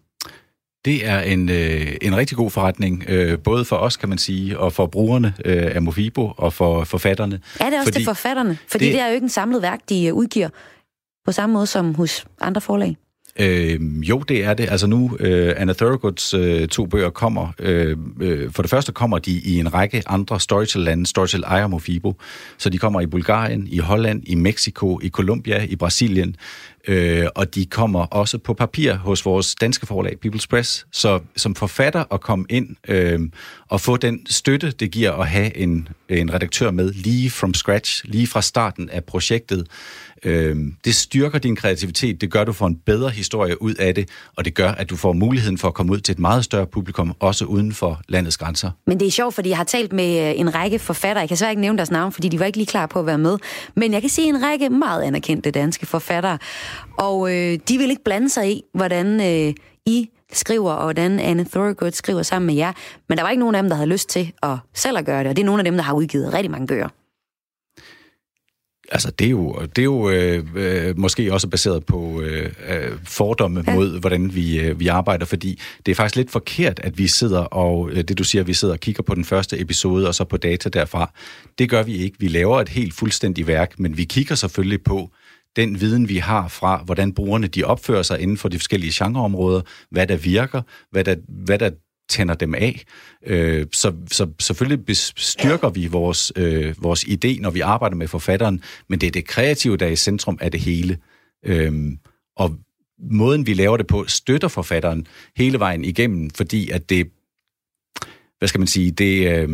Det er en, øh, en rigtig god forretning, øh, både for os, kan man sige, og for brugerne øh, af Mofibo, og for forfatterne. Er det også fordi, det forfatterne? Fordi det, det er jo ikke en samlet værk, de udgiver på samme måde som hos andre forlag. Øh, jo, det er det. Altså nu, øh, Anna Thorogoods øh, to bøger kommer. Øh, øh, for det første kommer de i en række andre Storytel-lande. Storytel ejer Mofibo. Så de kommer i Bulgarien, i Holland, i Mexico, i Colombia, i Brasilien. Øh, og de kommer også på papir hos vores danske forlag, People's Press. Så som forfatter at komme ind øh, og få den støtte, det giver at have en, en redaktør med lige from scratch, lige fra starten af projektet. Øh, det styrker din kreativitet, det gør, at du får en bedre historie ud af det, og det gør, at du får muligheden for at komme ud til et meget større publikum, også uden for landets grænser. Men det er sjovt, fordi jeg har talt med en række forfattere. Jeg kan svært ikke nævne deres navn, fordi de var ikke lige klar på at være med. Men jeg kan se en række meget anerkendte danske forfattere, og øh, de vil ikke blande sig i, hvordan øh, I skriver, og hvordan Anne Thorogood skriver sammen med jer. Men der var ikke nogen af dem, der havde lyst til at selv at gøre det, og det er nogle af dem, der har udgivet rigtig mange bøger. Altså, det er jo, det er jo øh, øh, måske også baseret på øh, fordomme ja. mod, hvordan vi, øh, vi arbejder, fordi det er faktisk lidt forkert, at vi sidder og, øh, det du siger, vi sidder og kigger på den første episode, og så på data derfra. Det gør vi ikke. Vi laver et helt fuldstændigt værk, men vi kigger selvfølgelig på den viden, vi har fra, hvordan brugerne de opfører sig inden for de forskellige genreområder, hvad der virker, hvad der, hvad der tænder dem af. Øh, så, så selvfølgelig styrker vi vores, øh, vores idé, når vi arbejder med forfatteren, men det er det kreative, der er i centrum af det hele. Øh, og måden, vi laver det på, støtter forfatteren hele vejen igennem, fordi at det, hvad skal man sige, det, øh,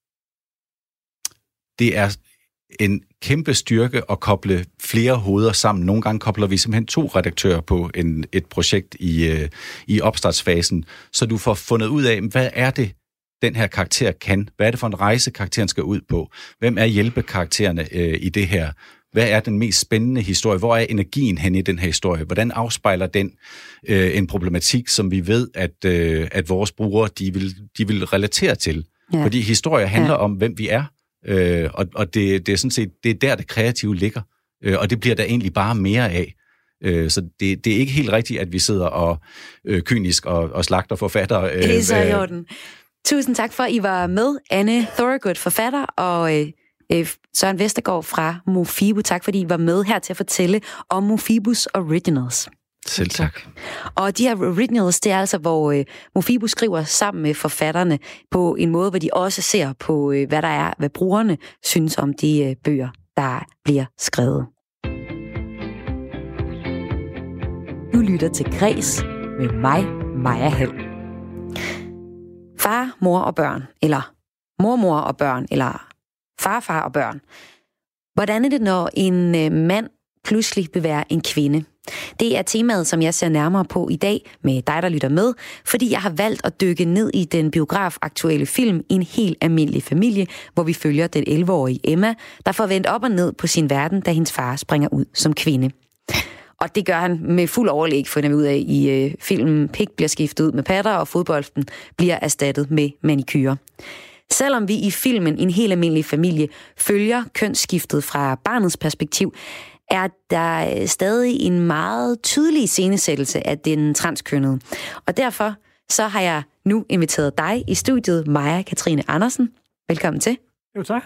det er en kæmpe styrke at koble flere hoveder sammen. Nogle gange kobler vi simpelthen to redaktører på en, et projekt i, øh, i opstartsfasen, så du får fundet ud af, hvad er det, den her karakter kan? Hvad er det for en rejse, karakteren skal ud på? Hvem er hjælpekaraktererne øh, i det her? Hvad er den mest spændende historie? Hvor er energien hen i den her historie? Hvordan afspejler den øh, en problematik, som vi ved, at, øh, at vores brugere de vil, de vil relatere til? Ja. Fordi historier handler ja. om, hvem vi er. Øh, og og det, det er sådan set, det er der, det kreative ligger. Øh, og det bliver der egentlig bare mere af. Øh, så det, det er ikke helt rigtigt, at vi sidder og øh, kynisk og, og slagter forfattere. Øh, det er så i orden. Tusind tak for, at I var med. Anne Thorogood, forfatter, og øh, Søren Vestergaard fra Mofibo. Tak, fordi I var med her til at fortælle om Mofibos Originals. Selv tak. Og de her originals, det er altså, hvor øh, Mofibo skriver sammen med forfatterne på en måde, hvor de også ser på, øh, hvad der er, hvad brugerne synes om de øh, bøger, der bliver skrevet. Du lytter til Græs med mig, Maja Hall. Far, mor og børn, eller mormor og børn, eller farfar og børn. Hvordan er det, når en øh, mand pludselig vil være en kvinde? Det er temaet, som jeg ser nærmere på i dag med dig, der lytter med, fordi jeg har valgt at dykke ned i den biografaktuelle film En helt almindelig familie, hvor vi følger den elleve-årige Emma, der får vendt op og ned på sin verden, da hendes far springer ud som kvinde. Og det gør han med fuld overlæg, finder vi ud af i øh, filmen. Pik bliver skiftet ud med patter, og fodbolden bliver erstattet med manikyre. Selvom vi i filmen En helt almindelig familie følger kønsskiftet fra barnets perspektiv, er der stadig en meget tydelig iscenesættelse af den transkønnede. Og derfor så har jeg nu inviteret dig i studiet, Maja Katrine Andersen. Velkommen til. Jo, tak.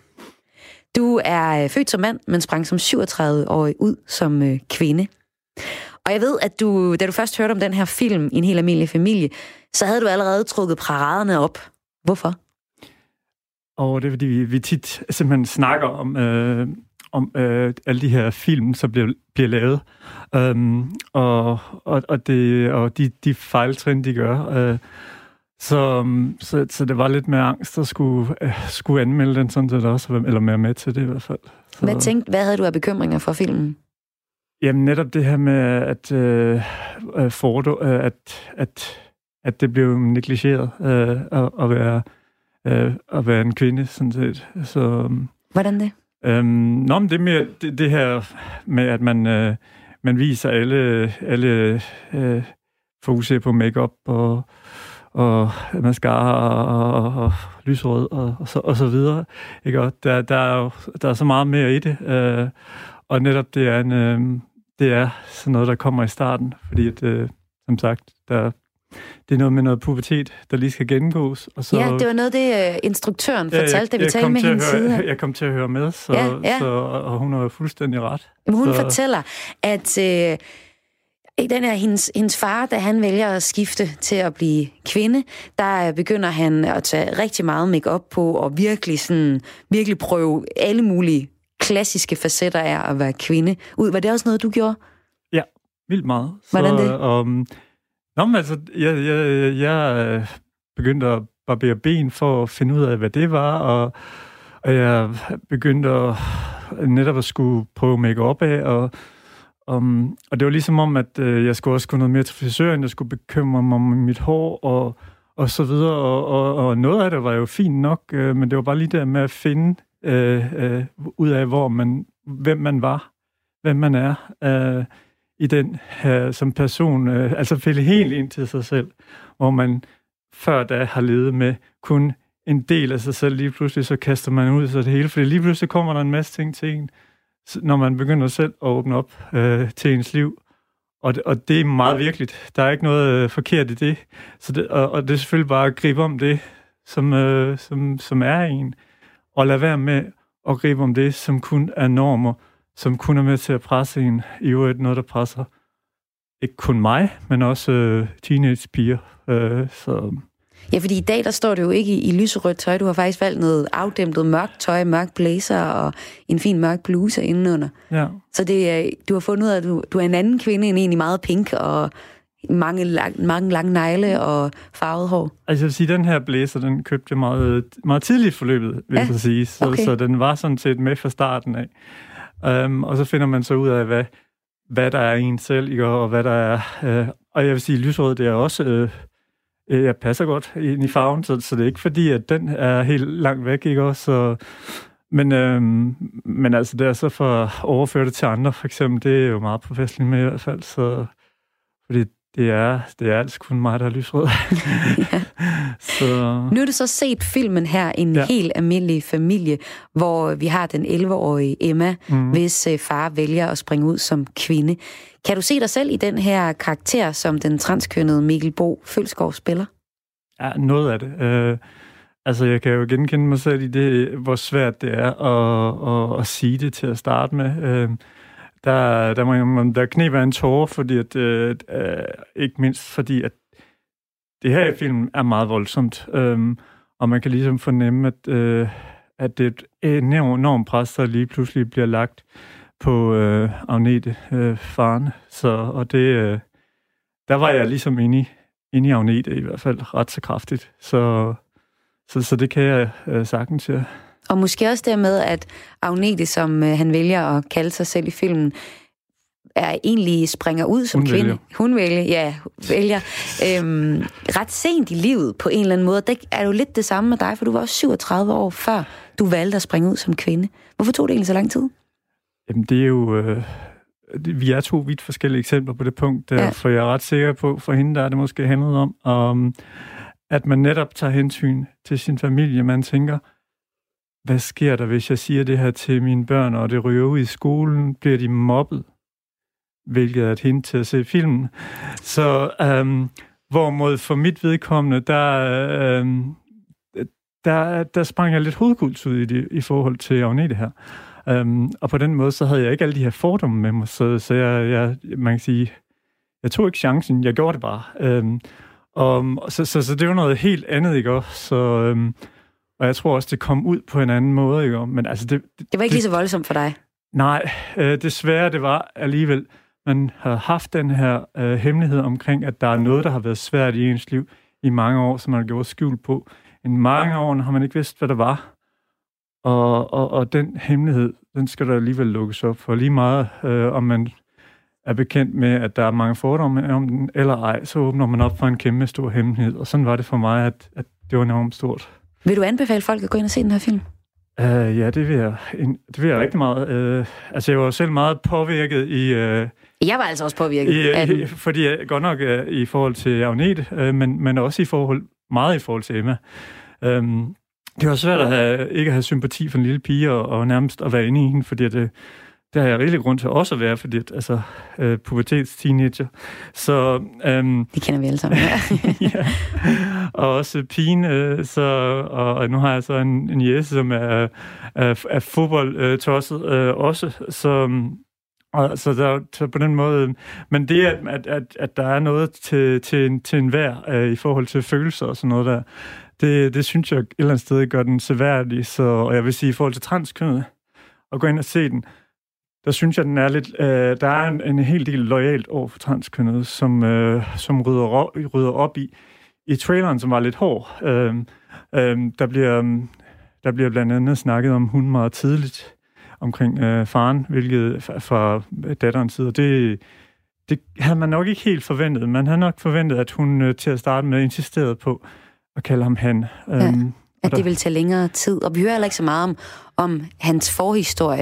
Du er født som mand, men sprang som syvogtredive-årig ud som øh, kvinde. Og jeg ved, at du, da du først hørte om den her film, En helt almindelig familie, så havde du allerede trukket paraderne op. Hvorfor? Og det er, fordi vi, vi tit simpelthen snakker om, øh, om øh, alle de her film, som bliver, bliver lavet. Um, og, og, og, det, og de, de fejltrin, de gør. Øh, så, så, så det var lidt med angst at skulle, øh, skulle anmelde den sådan set også, eller være med til det i hvert fald. Så. Hvad tænkte, hvad havde du af bekymringer for filmen? Jamen netop det her med, at, øh, fordo, øh, at, at, at det blev negligeret øh, at, at, være, øh, at være en kvinde, sådan set. Så, hvordan det? Øhm, nå, men det, med, det, det her med, at man, øh, man viser alle, alle øh, fokuserer på make-up og, og mascara og, og, og lysrød og, og, så, og så videre. Ikke? Og der, der, er jo, der er så meget mere i det. Øh, og netop det er, en, øh, det er sådan noget, der kommer i starten. Fordi, at, øh, som sagt, der, det er noget med noget pubertet, der lige skal gennemgås. Og så, ja, det var noget, det uh, instruktøren fortalte, da vi talte med hendes side. Jeg kom til at høre med, så, ja, ja. Så, og hun har fuldstændig ret. Jamen, hun så. fortæller, at øh, i den her, hendes, hendes far, da han vælger at skifte til at blive kvinde, der begynder han at tage rigtig meget make-up på, og virkelig, sådan, virkelig prøve alle mulige klassiske facetter af at være kvinde ud. Var det også noget, du gjorde? Ja, vildt meget. Hvordan så, det? Um, Nå, men altså, jeg, jeg, jeg begyndte at barbere ben for at finde ud af, hvad det var, og, og jeg begyndte at, netop at skulle prøve make-up af, og, um, og det var ligesom om, at øh, jeg skulle også gå noget mere til frisøren, jeg skulle bekymre mig om mit hår, og, og så videre, og, og, og noget af det var jo fint nok, øh, men det var bare lige der med at finde øh, øh, ud af, hvor man, hvem man var, hvem man er, øh, i den her som person, øh, altså falde helt ind til sig selv, hvor man før da har levet med kun en del af sig selv, lige pludselig så kaster man ud af det hele, fordi lige pludselig kommer der en masse ting til en, når man begynder selv at åbne op øh, til ens liv. Og det, og det er meget virkeligt. Der er ikke noget øh, forkert i det. Så det og, og det er selvfølgelig bare at gribe om det, som, øh, som, som er en, og lade være med at gribe om det, som kun er normer, som kun er med til at presse en. I øvrigt noget, der presser ikke kun mig, men også øh, teenagepiger. Øh, så... Ja, fordi i dag, der står det jo ikke i, i lyserødt tøj. Du har faktisk valgt noget afdæmpet mørkt tøj, mørk blazer og en fin mørk bluse indenunder. Ja. Så det, du har fundet ud af, at du, du er en anden kvinde end egentlig meget pink og mange, lang, mange lange negle og farvet hår. Altså jeg vil sige, den her blazer, den købte jeg meget, meget tidligt forløbet, vil ja. jeg sige. Så, okay. så den var sådan set med fra starten af. Um, og så finder man så ud af, hvad, hvad der er en selv, ikke? Og hvad der er... Uh, og jeg vil sige, lyserød, det er også... Uh, jeg passer godt ind i farven, så, så det er ikke fordi, at den er helt langt væk, ikke også? Så, men, øhm, men altså, det er så for at overføre det til andre, for eksempel, det er jo meget professionelt med i hvert fald, så fordi det er, det er altså kun mig, der er lysrød. Ja. Så... Nu har du så set filmen her, En ja. helt almindelig familie, hvor vi har den elleve-årige Emma, mm. hvis øh, far vælger at springe ud som kvinde. Kan du se dig selv i den her karakter, som den transkønnede Mikkel Bo Følsgaard spiller? Ja, noget af det. Øh, altså, jeg kan jo genkende mig selv i det, hvor svært det er at, at, at sige det til at starte med. Øh, der, der, må, der kniber en tårer, fordi at, øh, ikke mindst fordi, at det her i filmen er meget voldsomt. Øh, og man kan ligesom fornemme, at, øh, at det er et enormt pres, der lige pludselig bliver lagt på øh, Agnete, øh, faren. Så, og det, øh, der var jeg ligesom inde i, inde i Agnete i hvert fald ret så kraftigt. Så, så, så det kan jeg øh, sagtens, ja. Og måske også dermed, at Agnete, som øh, han vælger at kalde sig selv i filmen, er egentlig springer ud som Hun kvinde. Vælger. Hun vælger. Ja, vælger. Øhm, ret sent i livet på en eller anden måde. Det er jo lidt det samme med dig, for du var også syvogtredive år før du valgte at springe ud som kvinde. Hvorfor tog det egentlig så lang tid? Jamen, det er jo... Øh, vi er to vidt forskellige eksempler på det punkt, der, ja. For jeg er ret sikker på, for hende, der er det måske handlet om, um, at man netop tager hensyn til sin familie. Man tænker, hvad sker der, hvis jeg siger det her til mine børn, og det ryger ud i skolen, bliver de mobbet? Hvilket er et hint til at se filmen. Så um, hvorimod for mit vedkommende, der, um, der, der sprang jeg lidt hovedkuls ud i, det, i forhold til Agnete her. Um, og på den måde, så havde jeg ikke alle de her fordomme med mig, så, så jeg, jeg, man kan sige, jeg tog ikke chancen, jeg gjorde det bare. Um, og, så, så, så det var noget helt andet, ikke også? Så, um, og jeg tror også, det kom ud på en anden måde, ikke også? Men altså, det, det, det var ikke det, lige så voldsomt for dig? Nej, øh, desværre det var alligevel, man har haft den her øh, hemmelighed omkring, at der er noget, der har været svært i ens liv i mange år, som man har gjort skjul på. I mange år har man ikke vidst, hvad der var. Og, og, og den hemmelighed, den skal der alligevel lukkes op for. Lige meget, øh, om man er bekendt med, at der er mange fordomme om den, eller ej, så åbner man op for en kæmpe stor hemmelighed. Og sådan var det for mig, at, at det var enormt stort. Vil du anbefale folk at gå ind og se den her film? Uh, ja, det vil jeg, det vil jeg rigtig meget. Uh, altså, jeg var selv meget påvirket i... Uh, jeg var altså også påvirket i, af den. Fordi jeg godt nok uh, i forhold til Agnete, uh, men, men også i forhold, meget i forhold til Emma. Um, det var svært at have, ikke at have sympati for en lille pige, og, og nærmest at være inde i hende, fordi det, det har jeg rigtig grund til også at være, fordi at, altså, uh, pubertetsteenager. Så... Um, det kender vi alle sammen. Ja. Og også pigen, øh, så, og, og nu har jeg så en, en jæse, som er, er, er fodboldtosset øh, også, så, og, så, der, så på den måde, men det, at, at, at, at der er noget til, til, til enhver øh, i forhold til følelser og sådan noget der, det, det synes jeg et eller andet sted gør den seværdig, så, og jeg vil sige, i forhold til transkønnet, at gå ind og se den, der synes jeg, den er lidt... Øh, der er en, en helt del loyalt over for transkønnet, som, øh, som rydder, rydder op i, i traileren, som var lidt hård. Øh, øh, der, bliver, der bliver blandt andet snakket om hun meget tidligt omkring øh, faren, hvilket fra datterens side. Det, det havde man nok ikke helt forventet. Man havde nok forventet, at hun øh, til at starte med insisterede på at kalde ham han. Ja, øh, at det ville tage længere tid. Og vi hører heller ikke så meget om, om hans forhistorie.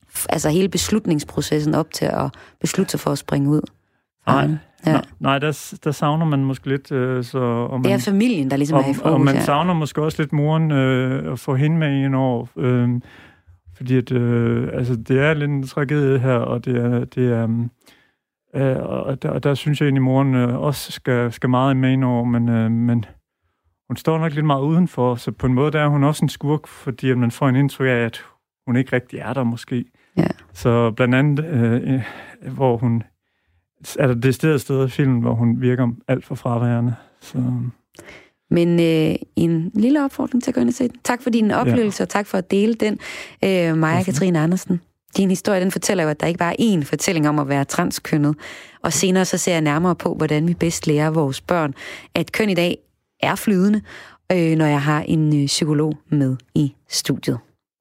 altså hele beslutningsprocessen op til at beslutte sig for at springe ud? Nej, ja. nej, nej der, der savner man måske lidt... Øh, så, og man, det er familien, der ligesom og, er i fokus. Og man ja. savner måske også lidt moren øh, at få hende med ind over. Øh, fordi at, øh, altså, det er lidt en tragedie her, og det er... Det er øh, og, der, og der synes jeg egentlig, at moren øh, også skal, skal meget med ind over, men... Øh, men hun står nok lidt meget udenfor, så på en måde der er hun også en skurk, fordi at man får en indtryk af, at hun ikke rigtig er der måske. Ja. Så blandt andet, øh, hvor hun... er der det sted sted i filmen, hvor hun virker alt for fraværende. Så. Men øh, en lille opfordring til at gå ind og se den. Tak for din oplevelse, ja. Og tak for at dele den. Øh, Maja Katrine Andersen. Din historie, den fortæller jo, at der ikke bare er én fortælling om at være transkønnet. Og senere så ser jeg nærmere på, hvordan vi bedst lærer vores børn, at køn i dag er flydende, øh, når jeg har en øh, psykolog med i studiet.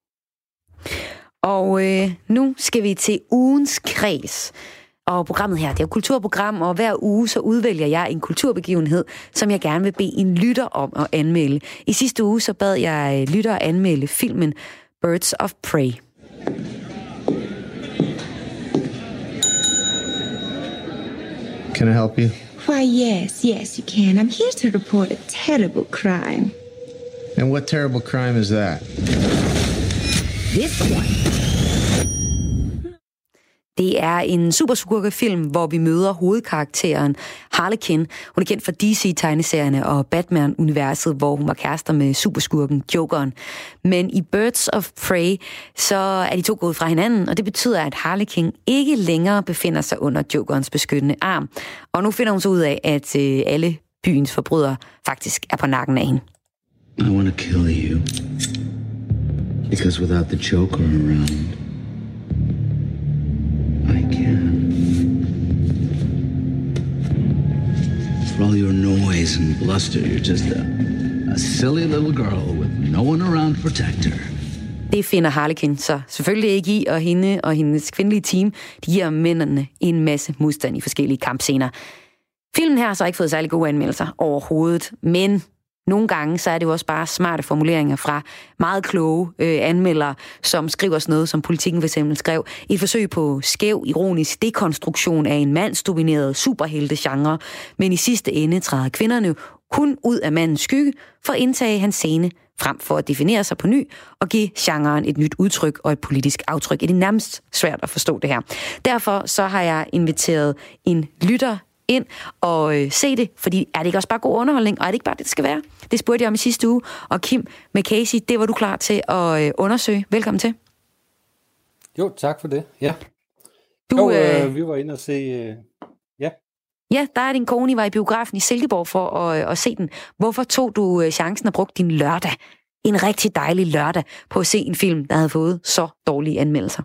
Og øh, nu skal vi til ugens kreds. Og programmet her, det er jo kulturprogram, og hver uge så udvælger jeg en kulturbegivenhed, som jeg gerne vil bede en lytter om at anmelde. I sidste uge så bad jeg lytter at anmelde filmen Birds of Prey. Can I help you? Why, yes, yes, you can. I'm here to report a terrible crime. And what terrible crime is that? This one. Det er en superskurkefilm, hvor vi møder hovedkarakteren Harley Quinn. Hun er kendt for D C-tegneserierne og Batman-universet, hvor hun var kærester med superskurken Jokeren. Men i Birds of Prey, så er de to gået fra hinanden, og det betyder, at Harley Quinn ikke længere befinder sig under Jokerens beskyttende arm. Og nu finder hun så ud af, at øh, alle byens forbrydere faktisk er på nakken af hende. I want to kill you. Because without the Joker around, I can. For all your noise and bluster, you're just a, a silly little girl with no one around to protect her. Det finder Harley Quinn så selvfølgelig ikke i, og hende og hendes kvindelige team, de giver mændene en masse modstand i forskellige kampscener. Filmen her har så ikke fået særlig gode anmeldelser overhovedet, men nogle gange så er det jo også bare smarte formuleringer fra meget kloge øh, anmeldere, som skriver sådan noget, som Politikken for eksempel skrev. Et forsøg på skæv, ironisk dekonstruktion af en mandsdomineret superhelte-genre, men i sidste ende træder kvinderne kun ud af mandens skygge for at indtage hans scene, frem for at definere sig på ny og give genren et nyt udtryk og et politisk aftryk. Det er nærmest svært at forstå det her. Derfor så har jeg inviteret en lytter ind og øh, se det, fordi er det ikke også bare god underholdning, og er det ikke bare det, det skal være? Det spurgte jeg om i sidste uge, og Kim McCasey, det var du klar til at øh, undersøge. Velkommen til. Jo, tak for det. Ja. Du, jo, øh, øh, vi var inde og se... Øh, ja. Ja, der er din kone, I var i biografen i Silkeborg for at, øh, at se den. Hvorfor tog du øh, chancen og brugte din lørdag, en rigtig dejlig lørdag, på at se en film, der havde fået så dårlige anmeldelser?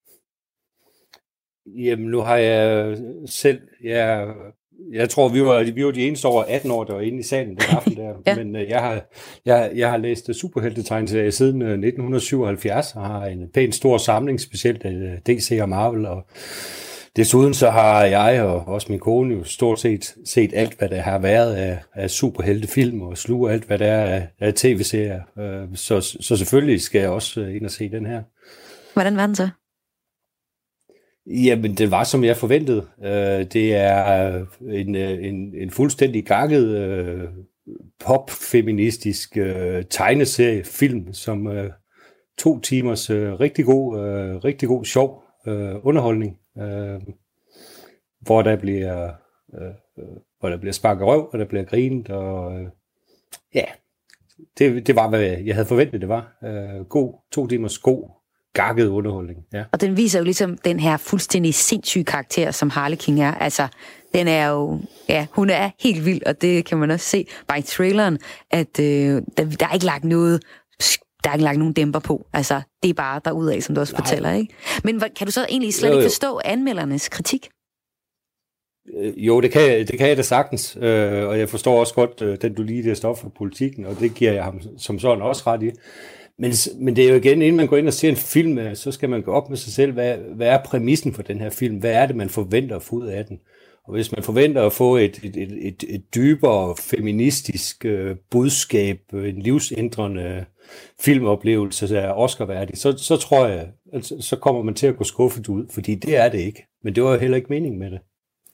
Jamen, nu har jeg selv... Jeg, jeg tror, vi var, vi var de eneste over atten år, der var inde i salen den aften der. Ja. Men uh, jeg, har, jeg, jeg har læst superheltetegneserier siden uh, nitten syvoghalvfjerds, og har en pænt stor samling, specielt uh, D C og Marvel. Og desuden så har jeg og også min kone jo stort set set alt, hvad der har været af, af superheltefilm, og sluge alt, hvad der er af, af tv-serier. Uh, så, så selvfølgelig skal jeg også uh, ind og se den her. Hvordan var den så? Jamen, det var, som jeg forventede. Uh, det er en, en, en fuldstændig gakket uh, pop-feministisk uh, tegneseriefilm, som uh, to timers uh, rigtig god, uh, rigtig god sjov uh, underholdning, uh, hvor der bliver uh, hvor der bliver sparket røv, og der bliver grinet, og uh, ja, det, det var, hvad jeg havde forventet, det var. Uh, god, to timers god, gakket underholdning, ja. Og den viser jo ligesom den her fuldstændig sindssyge karakter, som Harley Quinn er. Altså, den er jo... Ja, hun er helt vild, og det kan man også se bare i traileren, at øh, der, der er ikke lagt noget... Der er ikke lagt nogen dæmper på. Altså, det er bare derudad, som du også Nej. fortæller, ikke? Men kan du så egentlig slet jo, jo. ikke forstå anmeldernes kritik? Jo, det kan, det kan jeg da sagtens, øh, og jeg forstår også godt øh, den, du lige der stof for Politikken, og det giver jeg ham som sådan også ret i. Men, men det er jo igen, inden man går ind og ser en film, så skal man gå op med sig selv, hvad, hvad er præmissen for den her film? Hvad er det, man forventer at få ud af den? Og hvis man forventer at få et, et, et, et, et dybere feministisk øh, budskab, en livsændrende filmoplevelse, der er Oscar-værdig, så, så tror jeg, altså, så kommer man til at gå skuffet ud, fordi det er det ikke. Men det var heller ikke meningen med det.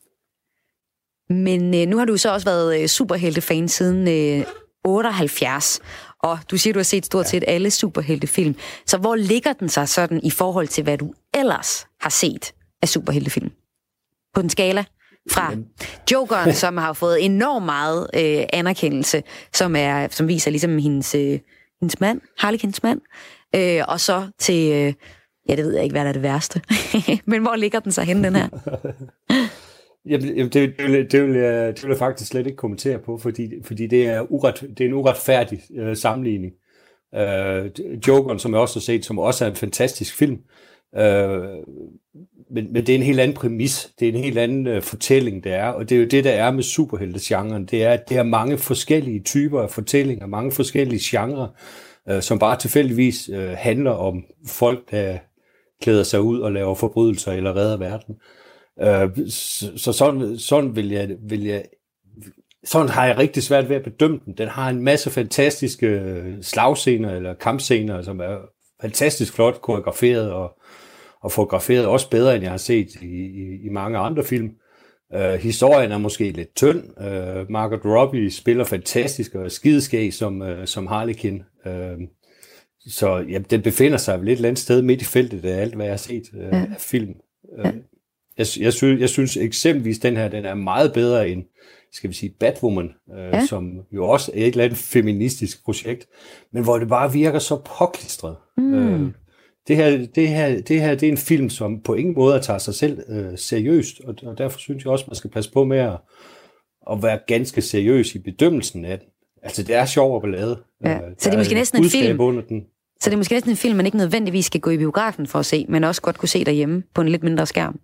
Men øh, nu har du så også været øh, superheltefan siden øh, otteoghalvfjerds, og du siger, du har set stort set alle superheltefilm. Så hvor ligger den sig sådan i forhold til, hvad du ellers har set af superheltefilm? På den skala fra Jokeren, som har fået enormt meget øh, anerkendelse, som er som viser ligesom hendes, øh, hendes mand, Harlequins mand, øh, og så til, øh, ja, det ved jeg ikke, hvad der er det værste. Men hvor ligger den så henne, den her? Jamen, det, det, vil, det, vil jeg, det vil jeg faktisk slet ikke kommentere på, fordi, fordi det, er uret, det er en uretfærdig øh, sammenligning. Øh, Jokeren, som jeg også har set, som også er en fantastisk film, øh, men, men det er en helt anden præmis, det er en helt anden øh, fortælling, det er, og det er jo det, der er med superheltegenren, det er, at det er mange forskellige typer af fortællinger, mange forskellige genrer, øh, som bare tilfældigvis øh, handler om folk, der klæder sig ud og laver forbrydelser eller redder verden. Uh, så, så sådan, sådan vil jeg, vil jeg sådan har jeg rigtig svært ved at bedømme den. Den har en masse fantastiske slagscener eller kampscener, som er fantastisk flot koreograferet og, og fotograferet også bedre, end jeg har set i, i, i mange andre film. Uh, historien er måske lidt tynd. Uh, Margot Robbie spiller fantastisk og er skideskæg som, uh, som Harlequin. Uh, så ja, den befinder sig et eller andet sted midt i feltet af alt, hvad jeg har set uh, ja. af film. Uh, ja. Jeg, jeg, synes, jeg synes eksempelvis, den her den er meget bedre end, skal vi sige, Batwoman, øh, ja. som jo også er et eller andet feministisk projekt, men hvor det bare virker så påklistret. Mm. Øh, det, her, det, her, det her det er en film, som på ingen måde tager sig selv øh, seriøst, og, og derfor synes jeg også, man skal passe på med at, at være ganske seriøs i bedømmelsen af den. Altså, det er sjov at ballade. Ja. Øh, så det er måske er næsten en film, den. så det er måske næsten en film, man ikke nødvendigvis skal gå i biografen for at se, men også godt kunne se derhjemme på en lidt mindre skærm.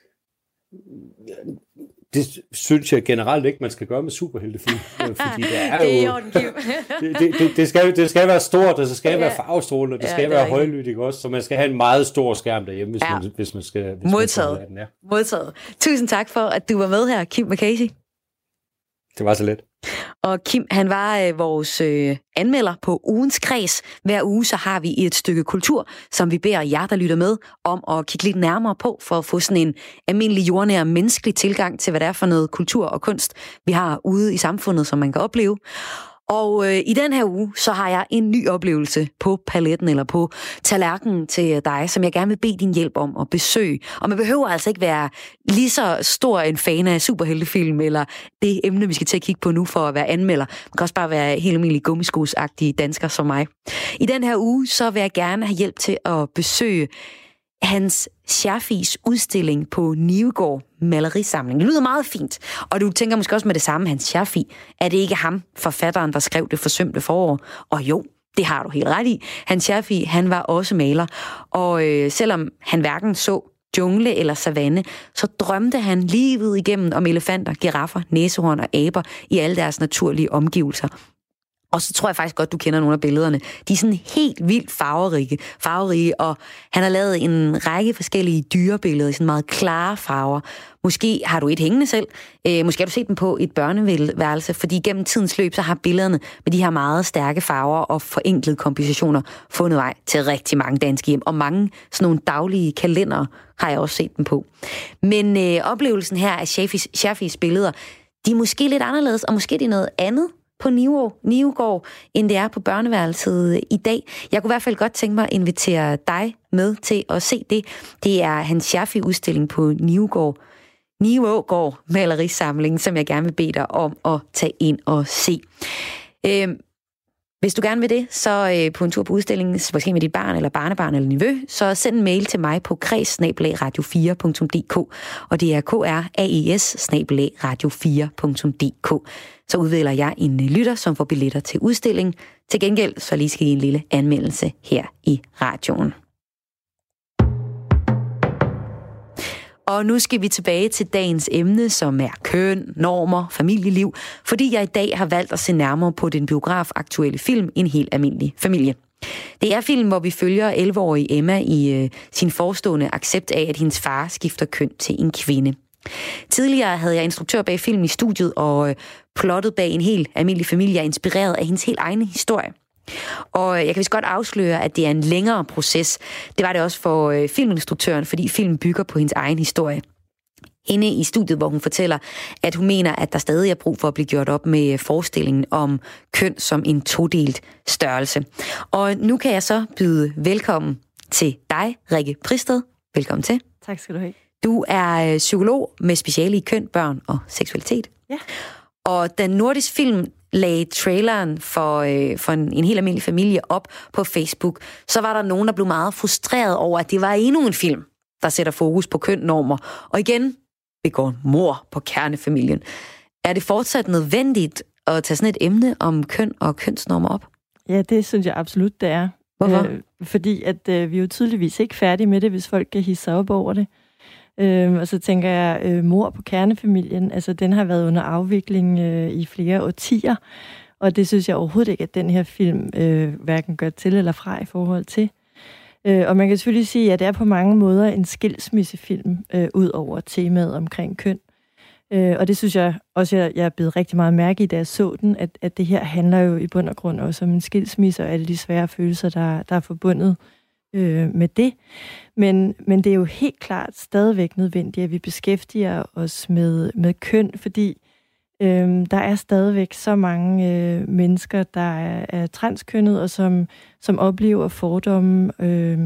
Det synes jeg generelt ikke, man skal gøre med superheltefilm. Fordi det er jo... det er orden, Kim. det, det, det, det, skal, det skal være stort, og det skal ja. være farvestrålende, og det ja, skal det være højlydt også, så man skal have en meget stor skærm derhjemme, hvis, ja. man, hvis man skal... Hvis Modtaget. Man den, ja. Modtaget. Tusind tak for, at du var med her, Kim McCasey. Det var så let. Og Kim, han var øh, vores øh, anmelder på ugens kreds. Hver uge så har vi et stykke kultur, som vi beder jer, der lytter med, om at kigge lidt nærmere på, for at få sådan en almindelig jordnær menneskelig tilgang til, hvad det er for noget kultur og kunst, vi har ude i samfundet, som man kan opleve. Og øh, i den her uge, så har jeg en ny oplevelse på paletten eller på tallerkenen til dig, som jeg gerne vil bede din hjælp om at besøge. Og man behøver altså ikke være lige så stor en fan af superheltefilm, eller det emne, vi skal til at kigge på nu for at være anmelder. Man kan også bare være helt almindelig gummiskosagtige dansker som mig. I den her uge, så vil jeg gerne have hjælp til at besøge Hans Scherfies udstilling på Nivegård malerisamling. Det lyder meget fint, og du tænker måske også med det samme, Hans Scherfie. Er det ikke ham, forfatteren, der skrev Det forsømte forår? Og jo, det har du helt ret i. Hans Scherfie, han var også maler, og øh, selvom han hverken så jungle eller savanne, så drømte han livet igennem om elefanter, giraffer, næsehorn og aber i alle deres naturlige omgivelser. Og så tror jeg faktisk godt, du kender nogle af billederne. De er sådan helt vildt farverige, farverige, og han har lavet en række forskellige dyrebilleder i sådan meget klare farver. Måske har du et hængende selv, øh, måske har du set dem på et børneværelse, fordi gennem tidens løb, så har billederne med de her meget stærke farver og forenklede kompositioner fundet vej til rigtig mange danske hjem, og mange sådan nogle daglige kalendere har jeg også set dem på. Men øh, oplevelsen her af Scherfies, Scherfies billeder, de er måske lidt anderledes, og måske det er noget andet på Nivegård, end det er på børneværelset i dag. Jeg kunne i hvert fald godt tænke mig at invitere dig med til at se det. Det er Hans Scherfie udstilling på Nivegård. Nivegård malerisamling, som jeg gerne vil bede dig om at tage ind og se. Øhm, Hvis du gerne vil det, så øh, på en tur på udstillingen, måske med dit barn eller barnebarn eller nevø, så send en mail til mig på kreds bindestreg radio fire punktum d k, og det er k r a e s bindestreg radio fire punktum d k. Så udvælger jeg en lytter, som får billetter til udstillingen. Til gengæld så lige skal I en lille anmeldelse her i radioen. Og nu skal vi tilbage til dagens emne, som er køn, normer, familieliv, fordi jeg i dag har valgt at se nærmere på den biografaktuelle film En helt almindelig familie. Det er film, hvor vi følger elleve-årige Emma i øh, sin forestående accept af, at hendes far skifter køn til en kvinde. Tidligere havde jeg instruktør bag film i studiet og øh, plottet bag en helt almindelig familie, og inspireret af hendes helt egen historie. Og jeg kan vist godt afsløre, at det er en længere proces. Det var det også for øh, filminstruktøren, fordi filmen bygger på hendes egen historie. Inde i studiet, hvor hun fortæller, at hun mener, at der stadig er brug for at blive gjort op med forestillingen om køn som en todelt størrelse. Og nu kan jeg så byde velkommen til dig, Rikke Pristed. Velkommen til. Tak skal du have. Du er psykolog med speciale i køn, børn og seksualitet. Ja. Og da Nordisk Film lagde traileren for, øh, for en, en helt almindelig familie op på Facebook, så var der nogen, der blev meget frustreret over, at det var endnu en film, der sætter fokus på kønnormer. Og igen begår mord på kernefamilien. Er det fortsat nødvendigt at tage sådan et emne om køn og kønsnormer op? Ja, det synes jeg absolut, det er. Hvorfor? Øh, fordi at øh, vi er jo tydeligvis ikke færdige med det, hvis folk kan hisse sig op over det. Øh, og så tænker jeg, øh, mord på kernefamilien, altså den har været under afvikling øh, i flere årtier, og det synes jeg overhovedet ikke, at den her film øh, hverken gør til eller fra i forhold til. Øh, og man kan selvfølgelig sige, at det er på mange måder en skilsmissefilm, øh, ud over temaet omkring køn. Øh, og det synes jeg også, jeg, jeg er blevet rigtig meget mærke i, da jeg så den, at, at det her handler jo i bund og grund også om en skilsmisse og alle de svære følelser, der, der er forbundet øh, med det. Men, men det er jo helt klart stadigvæk nødvendigt, at vi beskæftiger os med, med køn, fordi øh, der er stadigvæk så mange øh, mennesker, der er, er transkønnet, og som, som oplever fordomme øh,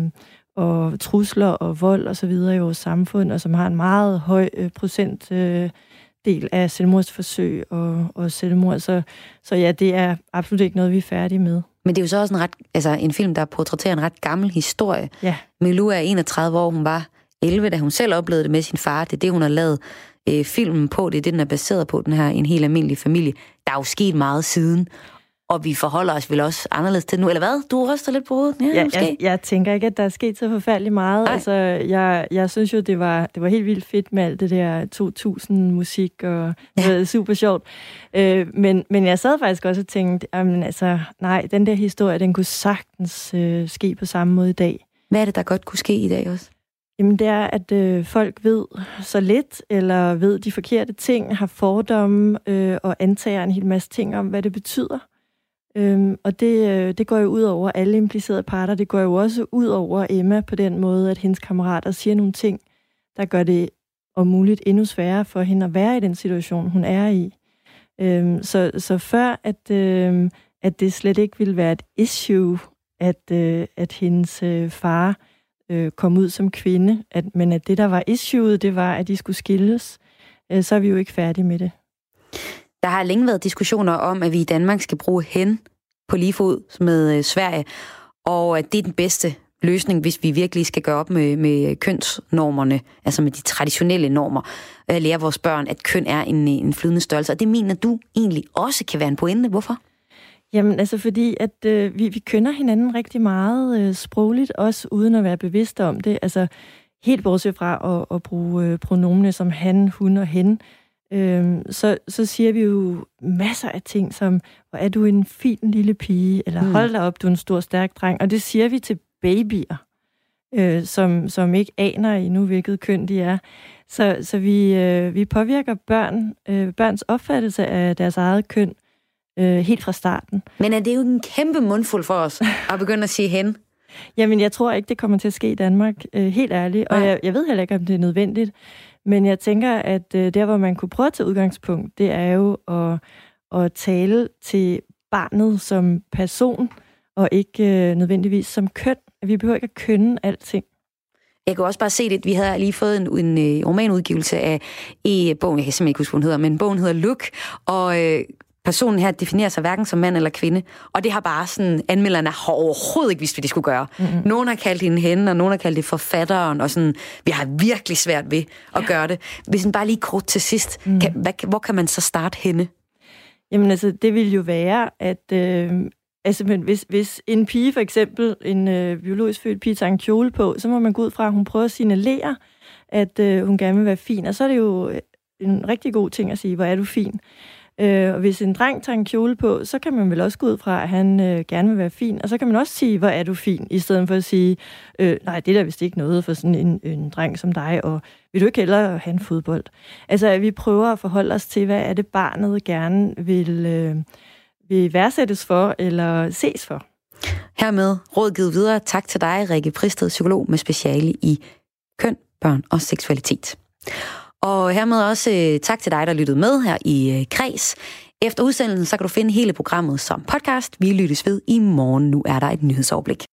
og trusler og vold og så videre i vores samfund, og som har en meget høj øh, procent øh, del af selvmordsforsøg og, og selvmord. Så, så ja, det er absolut ikke noget, vi er færdige med. Men det er jo så også en, ret, altså en film, der portrætterer en ret gammel historie. Ja. Milou er enogtredive år, hun var elleve, da hun selv oplevede det med sin far. Det er det, hun har lavet øh, filmen på. Det er det, den er baseret på, den her en helt almindelig familie. Der er jo sket meget siden, og vi forholder os vel også anderledes til nu. Eller hvad? Du ryster lidt på hovedet? Ja, ja, måske. Jeg, jeg tænker ikke, at der er sket så forfærdeligt meget. Ej. Altså, jeg, jeg synes jo, det var, det var helt vildt fedt med alt det der to tusind musik, og det ja. var super sjovt. Øh, men, men jeg sad faktisk også og tænkte, jamen, altså, nej, den der historie, den kunne sagtens øh, ske på samme måde i dag. Hvad er det, der godt kunne ske i dag også? Jamen, det er, at øh, folk ved så lidt, eller ved de forkerte ting, har fordomme øh, og antager en hel masse ting om, hvad det betyder. Øhm, og det, øh, det går jo ud over alle implicerede parter. Det går jo også ud over Emma på den måde, at hendes kammerater siger nogle ting, der gør det om muligt endnu sværere for hende at være i den situation, hun er i. Øhm, så, så før, at, øh, at det slet ikke ville være et issue, at, øh, at hendes øh, far øh, kom ud som kvinde, at, men at det, der var issueet, det var, at de skulle skilles, øh, så er vi jo ikke færdige med det. Der har længe været diskussioner om, at vi i Danmark skal bruge hen på lige fod med øh, Sverige, og at det er den bedste løsning, hvis vi virkelig skal gøre op med, med kønsnormerne, altså med de traditionelle normer, og lære vores børn, at køn er en, en flydende størrelse. Og det mener du egentlig også kan være en pointe. Hvorfor? Jamen, altså fordi, at øh, vi, vi kønner hinanden rigtig meget øh, sprogligt, også uden at være bevidste om det. Altså helt bortset fra at, at bruge øh, pronomene som han, hun og hen, Øhm, så, så siger vi jo masser af ting som, hvor er du en fin lille pige, eller mm. hold da op, du er en stor, stærk dreng. Og det siger vi til babyer, øh, som, som ikke aner endnu, hvilket køn de er. Så, så vi, øh, vi påvirker børn, øh, børns opfattelse af deres eget køn øh, helt fra starten. Men er det jo en kæmpe mundfuld for os at begynde at sige hen? Jamen, jeg tror ikke, det kommer til at ske i Danmark, øh, helt ærligt. Og jeg, jeg ved heller ikke, om det er nødvendigt. Men jeg tænker, at øh, der, hvor man kunne prøve at tage udgangspunkt, det er jo at, at tale til barnet som person, og ikke øh, nødvendigvis som køn. Vi behøver ikke at kønne alting. Jeg kan også bare se det. Vi havde lige fået en, en, en romanudgivelse af i bogen, jeg kan simpelthen ikke huske, hvad hun hedder, men bogen hedder Look, og øh, personen her definerer sig hverken som mand eller kvinde, og det har bare sådan, anmelderne har overhovedet ikke vidst, hvad de skulle gøre. Mm-hmm. Nogen har kaldt hende hende, og nogen har kaldt det forfatteren, og sådan, vi har virkelig svært ved at ja. gøre det. Hvis den bare lige kort til sidst, mm. kan, hvad, hvor kan man så starte henne? Jamen altså, det vil jo være, at øh, altså, men hvis, hvis en pige for eksempel, en øh, biologisk født pige, tager en kjole på, så må man gå ud fra, at hun prøver at signalere, at øh, hun gerne vil være fin, og så er det jo en rigtig god ting at sige, hvor er du fin. Øh, og hvis en dreng tager en kjole på, så kan man vel også gå ud fra, at han øh, gerne vil være fin. Og så kan man også sige, hvor er du fin, i stedet for at sige, øh, nej, det er da vist ikke noget for sådan en, en dreng som dig, og vil du ikke hellere have en fodbold? Altså, at vi prøver at forholde os til, hvad er det barnet gerne vil, øh, vil værdsættes for, eller ses for. Hermed råd givet videre. Tak til dig, Rikke Pristed, psykolog med speciale i køn, børn og seksualitet. Og hermed også øh, tak til dig, der lyttede med her i øh, Kreds. Efter udsendelsen, så kan du finde hele programmet som podcast. Vi lyttes ved i morgen. Nu er der et nyhedsoverblik.